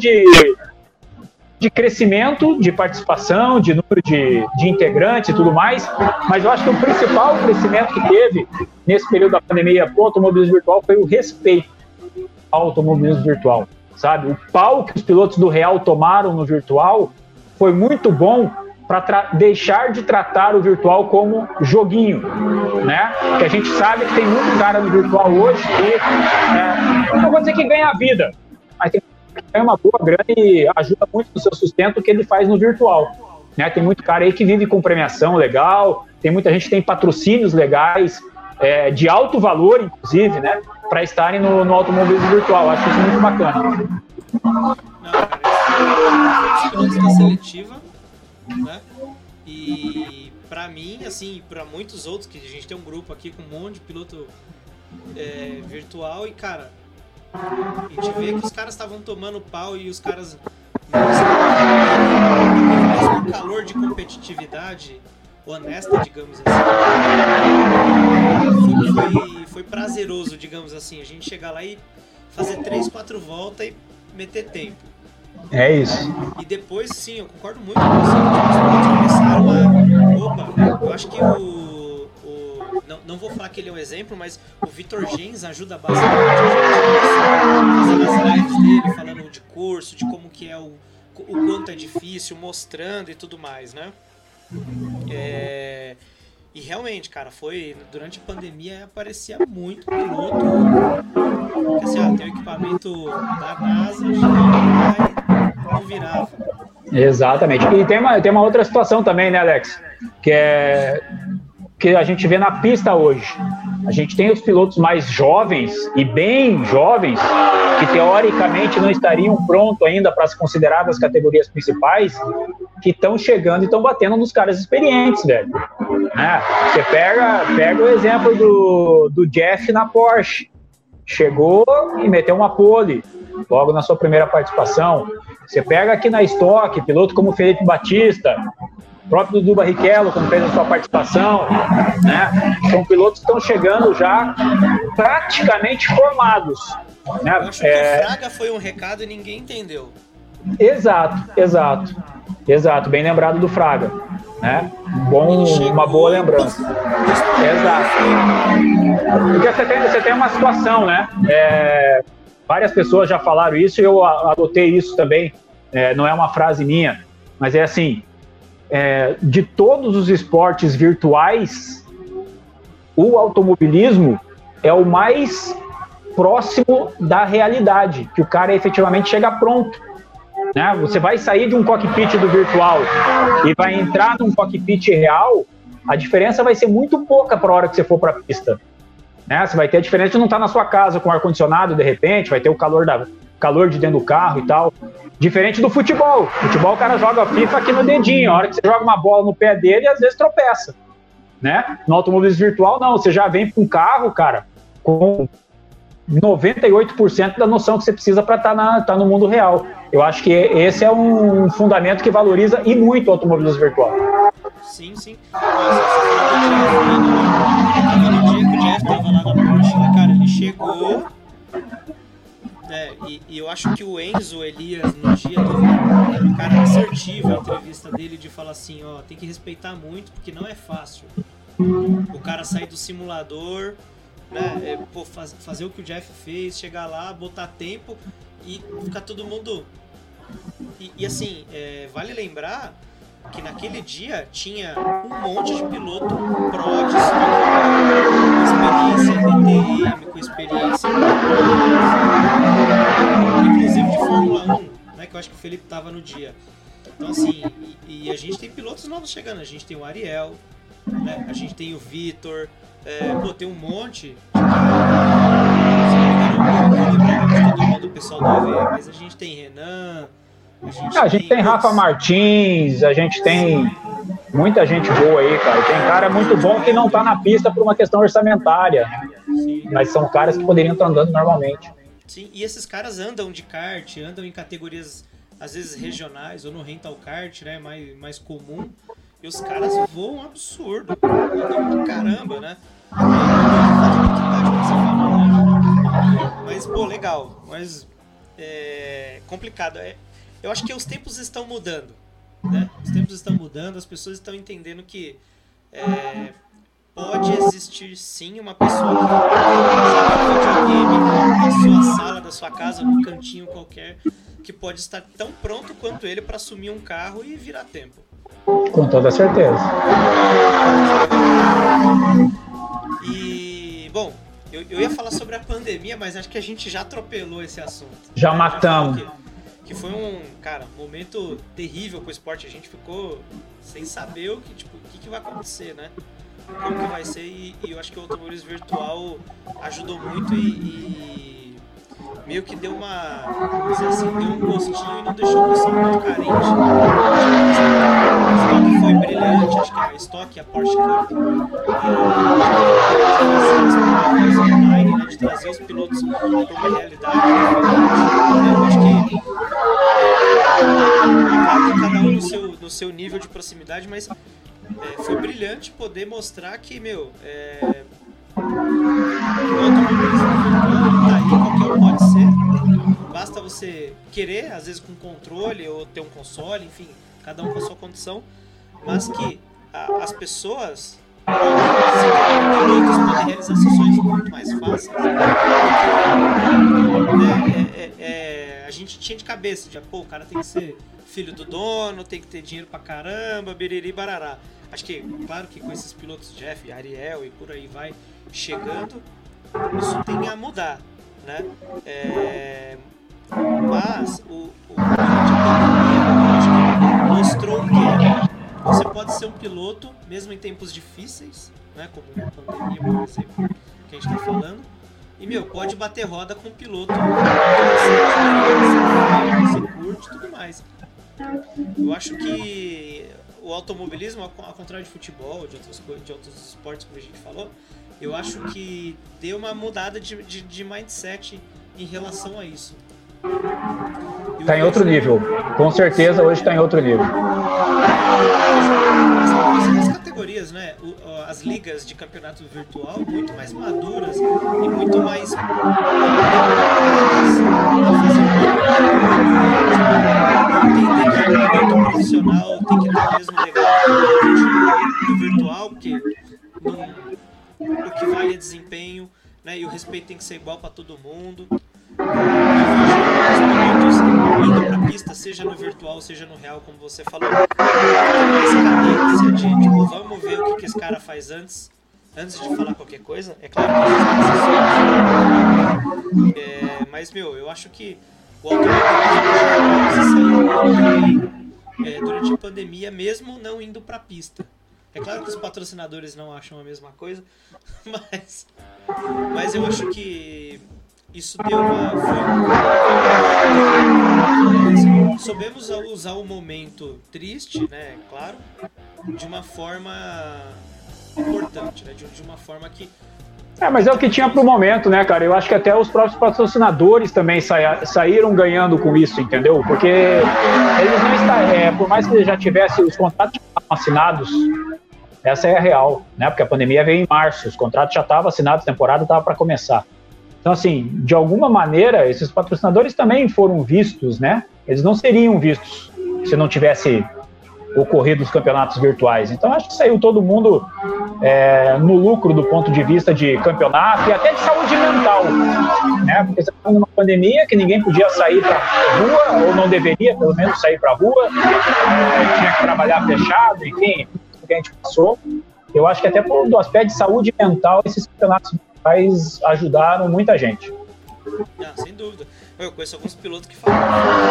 de crescimento, de participação, de número de integrantes e tudo mais, mas eu acho que o principal crescimento que teve nesse período da pandemia para o automobilismo virtual foi o respeito ao automobilismo virtual, sabe? O pau que os pilotos do real tomaram no virtual foi muito bom para deixar de tratar o virtual como joguinho, né? Porque a gente sabe que tem muito cara no virtual hoje que, não vou dizer que ganha a vida, mas tem que ganha uma boa grana e ajuda muito no seu sustento o que ele faz no virtual, né? Tem muito cara aí que vive com premiação legal, tem muita gente que tem patrocínios legais, de alto valor, inclusive, né? Para estarem no automobilismo virtual. Acho isso muito bacana. Não, cara, os pilotos da seletiva, né? E pra mim, assim, pra muitos outros, que a gente tem um grupo aqui com um monte de piloto virtual e, cara, a gente vê que os caras estavam tomando pau e os caras não estavam mesmo calor de competitividade honesta, digamos assim. Foi prazeroso, digamos assim, a gente chegar lá e fazer 3, 4 voltas e meter tempo. É isso. E depois, sim, eu concordo muito com você. Os pilotos começaram a... Opa, eu acho que não vou falar que ele é um exemplo, mas o Vitor Gens ajuda bastante. Fazendo as lives dele, falando de curso, de como que é o quanto é difícil, mostrando e tudo mais, né? E realmente, cara, durante a pandemia aparecia muito piloto. Porque assim, tem o equipamento da NASA, não virava. Exatamente. E tem uma outra situação também, né, Alex? Que a gente vê na pista hoje. A gente tem os pilotos mais jovens e bem jovens, que teoricamente não estariam prontos ainda para se considerar das categorias principais, que estão chegando e estão batendo nos caras experientes, velho. Você pega o exemplo do Jeff na Porsche. Chegou e meteu uma pole logo na sua primeira participação. Você pega aqui na Stock, piloto como Felipe Batista, o próprio Dudu Barrichello, quando fez a sua participação, né? São pilotos que estão chegando já praticamente formados. Né? Eu acho que o Fraga foi um recado e ninguém entendeu. Exato, bem lembrado do Fraga, né? Uma boa lembrança. Exato. Porque você tem uma situação, né? Várias pessoas já falaram isso e eu adotei isso também. Não é uma frase minha, mas é assim: de todos os esportes virtuais, o automobilismo é o mais próximo da realidade, que o cara efetivamente chega pronto. Né? Você vai sair de um cockpit do virtual e vai entrar num cockpit real, a diferença vai ser muito pouca para a hora que você for para a pista. Né? Você vai ter a diferença de não estar na sua casa com ar-condicionado, de repente, vai ter o calor de dentro do carro e tal. Diferente do futebol. Futebol, o cara joga FIFA aqui no dedinho. A hora que você joga uma bola no pé dele, às vezes tropeça. Né? No automobilismo virtual, não. Você já vem com um carro, cara, com 98% da noção que você precisa para estar no mundo real. Eu acho que esse é um fundamento que valoriza e muito o automobilismo virtual. Sim. No dia que o Jeff tava lá na Porsche, né, cara, ele chegou, e eu acho que o Enzo Elias no dia teve um cara assertivo, a entrevista dele de falar assim, ó, tem que respeitar muito porque não é fácil o cara sair do simulador, né, fazer o que o Jeff fez, chegar lá, botar tempo e ficar todo mundo... E assim, vale lembrar que naquele dia tinha um monte de piloto pro de experiência DTM, com experiência inclusive de Fórmula 1, né, que eu acho que o Felipe tava no dia. Então assim, e a gente tem pilotos novos chegando, a gente tem o Ariel, né, a gente tem o Vitor, tem um monte do pessoal do AV, mas a gente tem Renan, a gente tem Rafa Martins, a gente tem muita gente boa aí, cara. Tem cara muito bom que não tá na pista por uma questão orçamentária, mas são caras que poderiam estar andando normalmente. Sim, e esses caras andam de kart, andam em categorias às vezes regionais ou no rental kart, né, mais comum, e os caras voam absurdo, andam pra caramba, né? Mas, pô, legal, mas complicado. Eu acho que os tempos estão mudando, né? Os tempos estão mudando, as pessoas estão entendendo que pode existir sim uma pessoa que joga videogame na sua sala, da sua casa, num cantinho qualquer, que pode estar tão pronto quanto ele para assumir um carro e virar tempo. Com toda certeza. E, bom, eu ia falar sobre a pandemia, mas acho que a gente já atropelou esse assunto. Já matamos. Que foi um momento terrível pro esporte. A gente ficou sem saber o que vai acontecer, né? Como que vai ser. E eu acho que o automobilismo virtual ajudou muito e meio que deu deu um gostinho e não deixou o pessoal muito carente. O Stock foi brilhante, acho que a Stock e a Porsche Cup online, né, de trazer os pilotos para uma realidade diferente. Eu acho que claro que cada um no seu nível de proximidade, mas foi brilhante poder mostrar que, o automobilismo virtual tá aí, qualquer um pode ser. Basta você querer, às vezes com controle ou ter um console, enfim, cada um com a sua condição, mas que as pessoas podem realizar sessões muito mais fáceis. A gente tinha de cabeça, o cara tem que ser filho do dono, tem que ter dinheiro pra caramba, bereri barará. Acho que, claro que com esses pilotos Jeff, Ariel e por aí vai chegando, isso tem a mudar, né? Mas o mostrou que você pode ser um piloto, mesmo em tempos difíceis, né? Como uma pandemia, por exemplo, que a gente tá falando, e, pode bater roda com um piloto que você curte e tudo mais. Eu acho que o automobilismo, ao contrário de futebol, de outros esportes como a gente falou, eu acho que deu uma mudada de mindset em relação a isso. Está em outro nível. Com certeza hoje está em outro nível. As categorias, né? As ligas de campeonato virtual muito mais maduras e muito mais entender que o piloto profissional tem que estar no mesmo legal do virtual, porque o que vale é desempenho, né? E o respeito tem que ser igual para todo mundo. Os pilotos indo pra pista, seja no virtual, seja no real, como você falou, mais cadência de tipo, vamos ver o que esse cara faz antes de falar qualquer coisa. É claro que mas eu acho que o automobilismo saiu durante a pandemia, mesmo não indo pra pista. É claro que os patrocinadores não acham a mesma coisa, mas eu acho que isso deu soubemos usar o momento triste, né, claro, de uma forma importante, né, de uma forma que... Mas é o que tinha pro momento, né, cara? Eu acho que até os próprios patrocinadores também saíram ganhando com isso, entendeu? Porque eles não estão... por mais que já tivessem os contratos assinados, essa é a real, né? Porque a pandemia veio em março, os contratos já estavam assinados, a temporada estava para começar. Então, assim, de alguma maneira, esses patrocinadores também foram vistos, né? Eles não seriam vistos se não tivesse ocorrido os campeonatos virtuais. Então, acho que saiu todo mundo no lucro do ponto de vista de campeonato e até de saúde mental, né? Porque você está numa pandemia que ninguém podia sair para a rua, ou não deveria, pelo menos, sair para a rua, tinha que trabalhar fechado, enfim, tudo que a gente passou. Eu acho que até do aspecto de saúde mental, esses campeonatos ajudaram muita gente. Sem dúvida. Eu conheço alguns pilotos que falam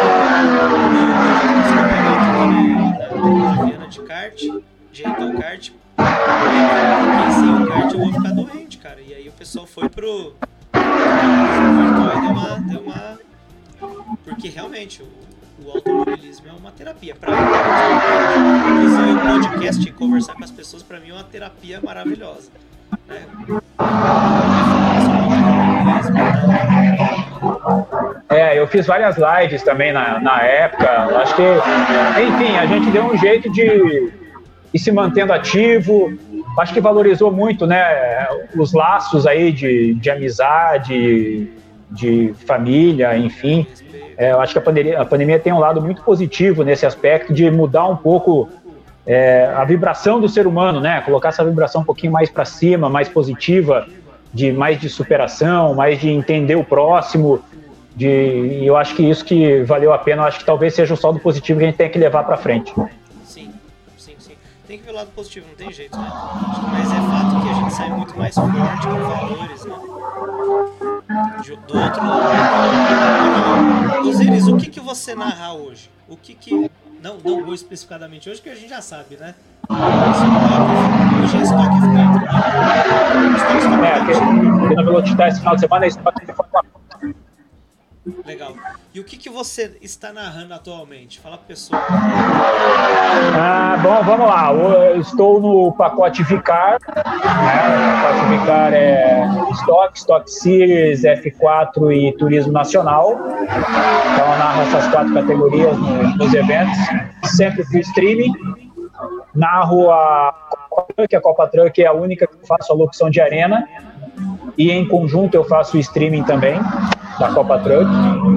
na de kart, de rentar o kart, quem sem o kart eu vou ficar doente, cara. E aí o pessoal foi pro virtual e deu uma... Porque realmente o automobilismo é uma terapia. Pra mim, fazer um podcast e conversar com as pessoas, pra mim é uma terapia maravilhosa. Eu fiz várias lives também na época. Acho que, enfim, a gente deu um jeito de ir se mantendo ativo. Acho que valorizou muito, né, os laços aí de amizade, de família, enfim. Eu acho que a pandemia tem um lado muito positivo nesse aspecto de mudar um pouco a vibração do ser humano, né? Colocar essa vibração um pouquinho mais para cima, mais positiva, mais de superação, mais de entender o próximo. E eu acho que isso que valeu a pena, eu acho que talvez seja o saldo positivo que a gente tem que levar para frente. Sim. Tem que ver o lado positivo, não tem jeito, né? Mas é fato que a gente sai muito mais forte com valores, né? Do outro lado. Osiris, o que você narra hoje? O que... Não vou especificadamente hoje, que a gente já sabe, né? Hoje é estoque aqui na Velocitar esse final de semana é estoque de Fórmula 4. Legal. E o que você está narrando atualmente? Fala pro pessoal. Bom, vamos lá. Eu estou no pacote Vicar, né? O pacote Vicar é Stock Series, F4 e Turismo Nacional. Então eu narro essas 4 categorias nos eventos. Sempre fui streaming. Narro a Copa Truck é a única que faço a locução de arena. E em conjunto eu faço o streaming também da Copa Truck.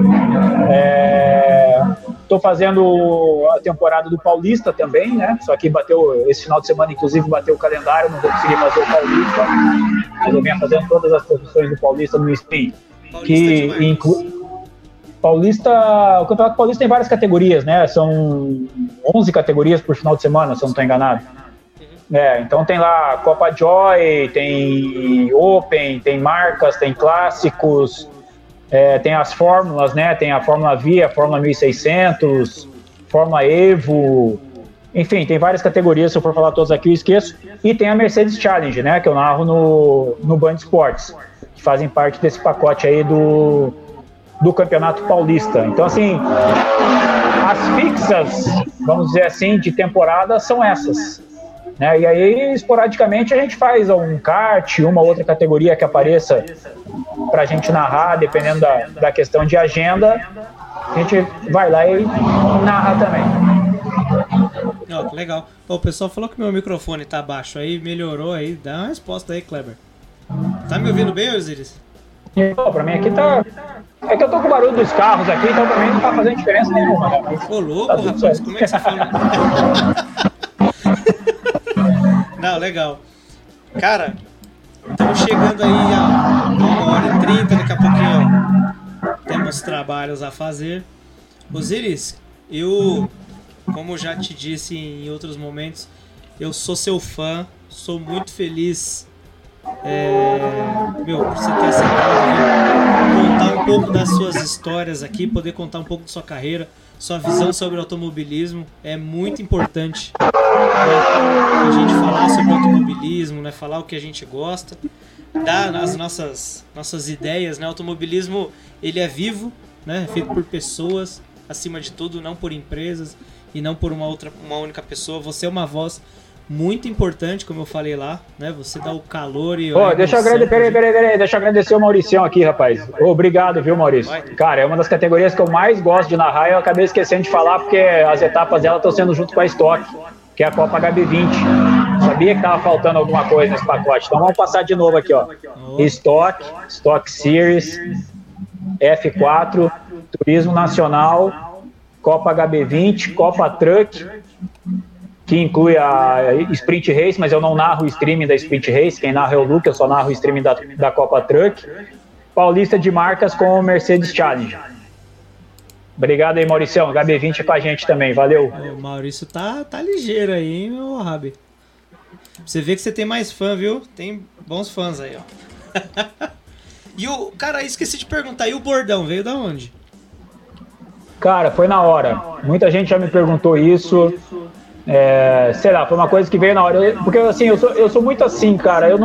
Estou fazendo a temporada do Paulista também, né? Só que esse final de semana, inclusive, bateu o calendário, não vou conseguir fazer o Paulista, mas eu venho fazendo todas as produções do Paulista no stream. Que inclui Paulista, o Campeonato Paulista tem várias categorias, né? São 11 categorias por final de semana, se eu não estou enganado. Então tem lá Copa Joy, tem Open, tem marcas, tem clássicos, tem as fórmulas, né? Tem a Fórmula Via, a Fórmula 1600, Fórmula Evo, enfim, tem várias categorias, se eu for falar todas aqui eu esqueço. E tem a Mercedes Challenge, né? Que eu narro no Band Esportes, que fazem parte desse pacote aí do Campeonato Paulista. Então, assim, as fixas, vamos dizer assim, de temporada são essas. Né? E aí, esporadicamente, a gente faz um kart, uma outra categoria que apareça para a gente narrar, dependendo da questão de agenda, a gente vai lá e narra também. Oh, legal. O pessoal falou que meu microfone tá baixo aí, melhorou aí. Dá uma resposta aí, Kleber. Tá me ouvindo bem, Osiris? Pra mim aqui tá... É que eu tô com o barulho dos carros aqui, então pra mim não tá fazendo diferença nenhuma. Né? Ô, louco, tá rapaz, certo. Como é que você fala? Não, legal. Cara, estamos chegando aí a 1h30, daqui a pouquinho temos trabalhos a fazer. Osiris, como já te disse em outros momentos, eu sou seu fã, sou muito feliz por você ter aceitado contar um pouco das suas histórias aqui, poder contar um pouco da sua carreira, sua visão sobre automobilismo. É muito importante, né, a gente falar sobre automobilismo, né, falar o que a gente gosta, dar as nossas ideias, né? O automobilismo, ele é vivo, né, é feito por pessoas, acima de tudo, não por empresas e não por uma única pessoa. Você é uma voz muito importante, como eu falei lá, né? Você dá o calor e... deixa eu agradecer o Mauricião aqui, rapaz. Obrigado, viu, Maurício? Cara, é uma das categorias que eu mais gosto de narrar e eu acabei esquecendo de falar porque as etapas dela estão sendo junto com a Stock, que é a Copa HB20. Sabia que tava faltando alguma coisa nesse pacote. Então vamos passar de novo aqui, ó. Stock Series, F4, Turismo Nacional, Copa HB20, Copa Truck, que inclui a Sprint Race, mas eu não narro o streaming da Sprint Race, quem narra é o Luke, eu só narro o streaming da Copa Truck. Paulista de marcas com o Mercedes Challenge. Obrigado aí, Mauricião. HB20 é com a gente também, valeu. O Maurício tá ligeiro aí, hein, meu Rabi? Você vê que você tem mais fã, viu? Tem bons fãs aí, ó. E cara, esqueci de perguntar, e o bordão, veio da onde? Cara, foi na hora. Muita gente já me perguntou isso. Sei lá, foi uma coisa que veio na hora. Porque assim, eu sou muito assim, cara. Eu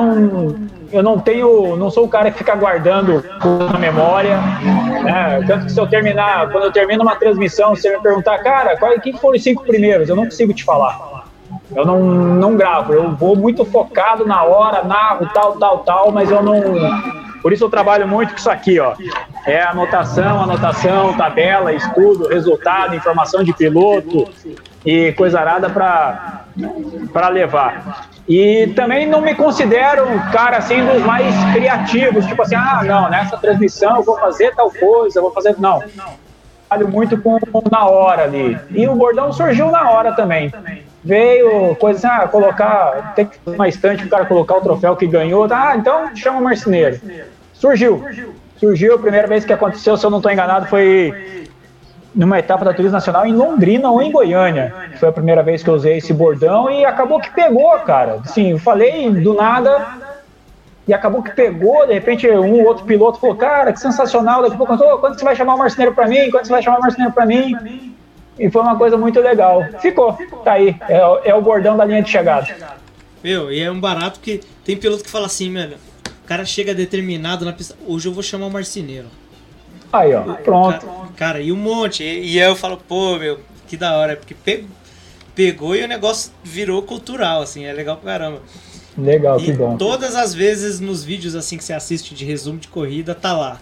não sou o cara que fica guardando na memória, né? Tanto que quando eu termino uma transmissão, você me perguntar, cara, quem foram os 5 primeiros? Eu não consigo te falar. Eu não gravo, eu vou muito focado na hora, narro, tal, mas eu não... Por isso eu trabalho muito com isso aqui, ó. É anotação, tabela, estudo, resultado, informação de piloto e coisa arada para levar. E também não me considero um cara assim dos mais criativos, tipo assim, não, nessa transmissão eu vou fazer tal coisa, não. Trabalho muito na hora ali. E o bordão surgiu na hora também. Veio coisa assim, tem que fazer uma estante para o cara colocar o troféu que ganhou. Então chama o marceneiro. Surgiu, a primeira vez que aconteceu, se eu não estou enganado, foi numa etapa da Turismo Nacional em Londrina ou em Goiânia. Foi a primeira vez que eu usei esse bordão e acabou que pegou, cara. Assim, eu falei do nada e acabou que pegou. De repente, um ou outro piloto falou, cara, que sensacional. Daqui a pouco eu quando você vai chamar o marceneiro para mim? E foi uma coisa muito legal. Ficou, tá aí. É o bordão da linha de chegada. E é um barato que tem piloto que fala assim, mano, o cara chega determinado na pista, hoje eu vou chamar o marceneiro. Aí, ó, pronto. Cara, e um monte. E aí eu falo, que da hora, porque pegou e o negócio virou cultural, assim, é legal pra caramba. Legal, que bom. Todas as vezes nos vídeos assim que você assiste de resumo de corrida, tá lá.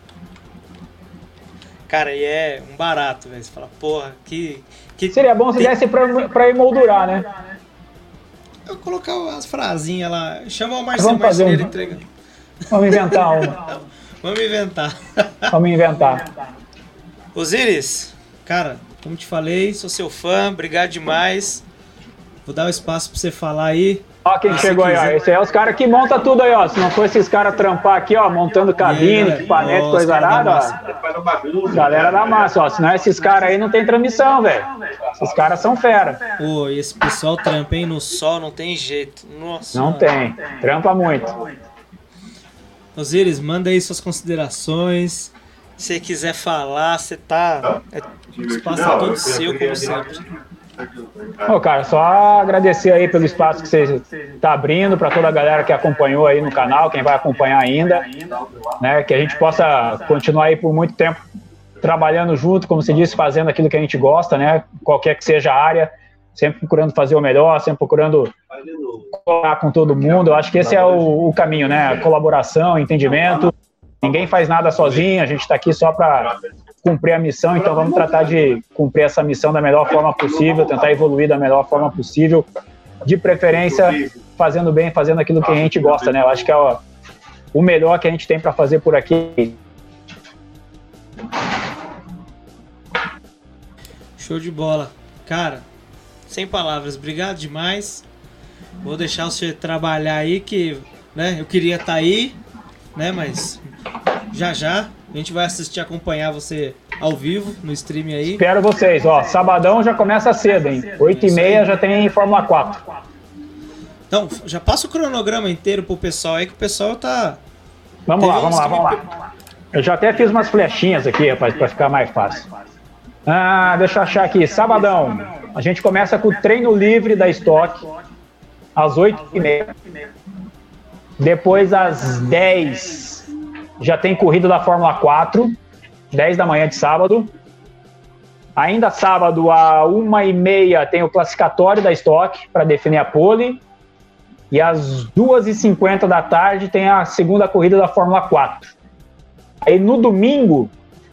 Cara, e é um barato, velho. Você fala, que... Seria bom se desse pra emoldurar, né? Eu colocar as frasinhas lá, chama o marceneiro entregando. Vamos inventar uma. Vamos inventar. Osiris, cara, como te falei, sou seu fã, obrigado demais. Vou dar um espaço pra você falar aí. Ó quem chegou aí, ó. Esse é os caras que montam tudo aí, ó. Se não for esses caras trampar aqui, ó, montando cabine, equipamento, coisa arada, ó. Galera da massa, ó. Se não é esses caras aí, não tem transmissão, velho. Esses caras são fera. E esse pessoal trampa, hein? No sol não tem jeito. Nossa. Não tem. Trampa muito. Osiris, manda aí suas considerações. Se você quiser falar, você tá... O espaço é todo seu, como sempre. Cara, só agradecer aí pelo espaço que você está abrindo para toda a galera que acompanhou aí no canal, quem vai acompanhar ainda, né? Que a gente possa continuar aí por muito tempo trabalhando junto, como você disse, fazendo aquilo que a gente gosta, né? Qualquer que seja a área, sempre procurando fazer o melhor, sempre procurando colaborar com todo mundo. Eu acho que esse é o caminho, né? Colaboração, entendimento. Ninguém faz nada sozinho, a gente está aqui só para cumprir a missão, então vamos tratar de cumprir essa missão da melhor forma possível, tentar evoluir da melhor forma possível, de preferência fazendo bem, fazendo aquilo que a gente gosta, né? Eu acho que é o melhor que a gente tem para fazer por aqui. Show de bola. Cara, sem palavras, obrigado demais. Vou deixar você trabalhar aí, que, né, eu queria estar aí, né, mas já a gente vai assistir, acompanhar você ao vivo no stream aí. Espero vocês, ó, sabadão já começa cedo, hein? 8h30 já tem Fórmula 4. Então, já passa o cronograma inteiro pro pessoal aí, que o pessoal tá... Vamos lá. Eu já até fiz umas flechinhas aqui, rapaz, para ficar mais fácil. Deixa eu achar aqui. Sabadão, a gente começa com o treino livre da Stock, às 8h30. Depois, às 10h, já tem corrida da Fórmula 4, 10 da manhã de sábado. Ainda sábado, às 1h30, tem o classificatório da Stock, para definir a pole. E às 2h50 da tarde tem a segunda corrida da Fórmula 4. Aí no domingo,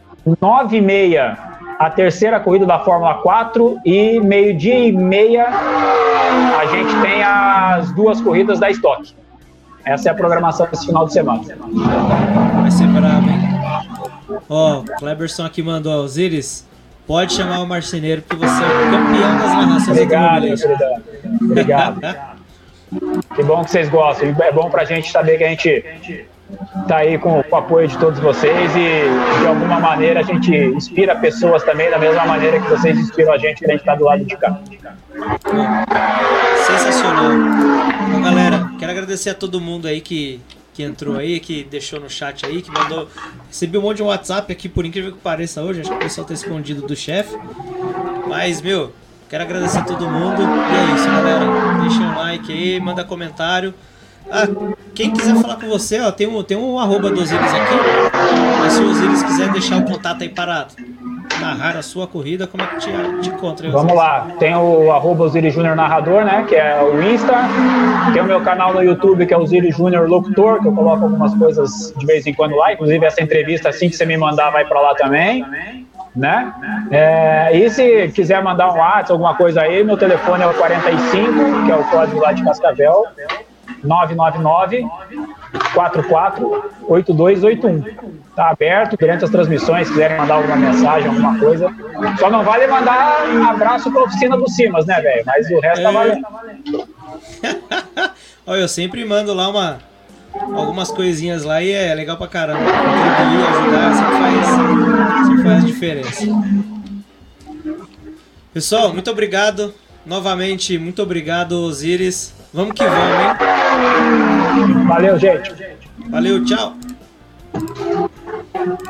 9h30, a terceira corrida da Fórmula 4 e 12h30 a gente tem as duas corridas da Stock. Essa é a programação desse final de semana. Vai ser brabo, hein? Ó, o Kleberson aqui mandou, Osiris, pode chamar o marceneiro, porque você é o campeão das narrações automobilísticas. Obrigado. Que bom que vocês gostam. É bom pra gente saber que a gente tá aí com o apoio de todos vocês e de alguma maneira a gente inspira pessoas também da mesma maneira que vocês inspiram a gente, que a gente tá do lado de cá. Sensacional. Então, galera, quero agradecer a todo mundo aí que entrou aí, que deixou no chat aí, que mandou. Recebi um monte de WhatsApp aqui, por incrível que pareça hoje, acho que o pessoal tá escondido do chefe. Mas, quero agradecer a todo mundo. E é isso, galera. Deixa um like aí, manda comentário. Quem quiser falar com você, ó, tem um arroba do Osiris aqui. Mas se o Osiris quiser deixar o contato aí para narrar a sua corrida, como é que te encontra aí? Vamos lá, tem o arroba Osiris Júnior Narrador, né, que é o Insta. Tem o meu canal no YouTube, que é Osiris Júnior Locutor, que eu coloco algumas coisas de vez em quando lá. Inclusive essa entrevista, assim que você me mandar, vai para lá também, né? E se quiser mandar um WhatsApp, alguma coisa aí, meu telefone é o 45, que é o código lá de Cascavel, 999-448281. Tá aberto durante as transmissões, se quiserem mandar alguma mensagem, alguma coisa. Só não vale mandar um abraço pra oficina do Simas, né, velho? Mas o resto tá valendo. Olha, eu sempre mando lá algumas coisinhas lá e é legal pra caramba. Contribuir, ajudar, sempre faz diferença. Pessoal, muito obrigado. Novamente, muito obrigado, Osiris. Vamos que vamos, hein? Valeu, gente. Valeu, tchau.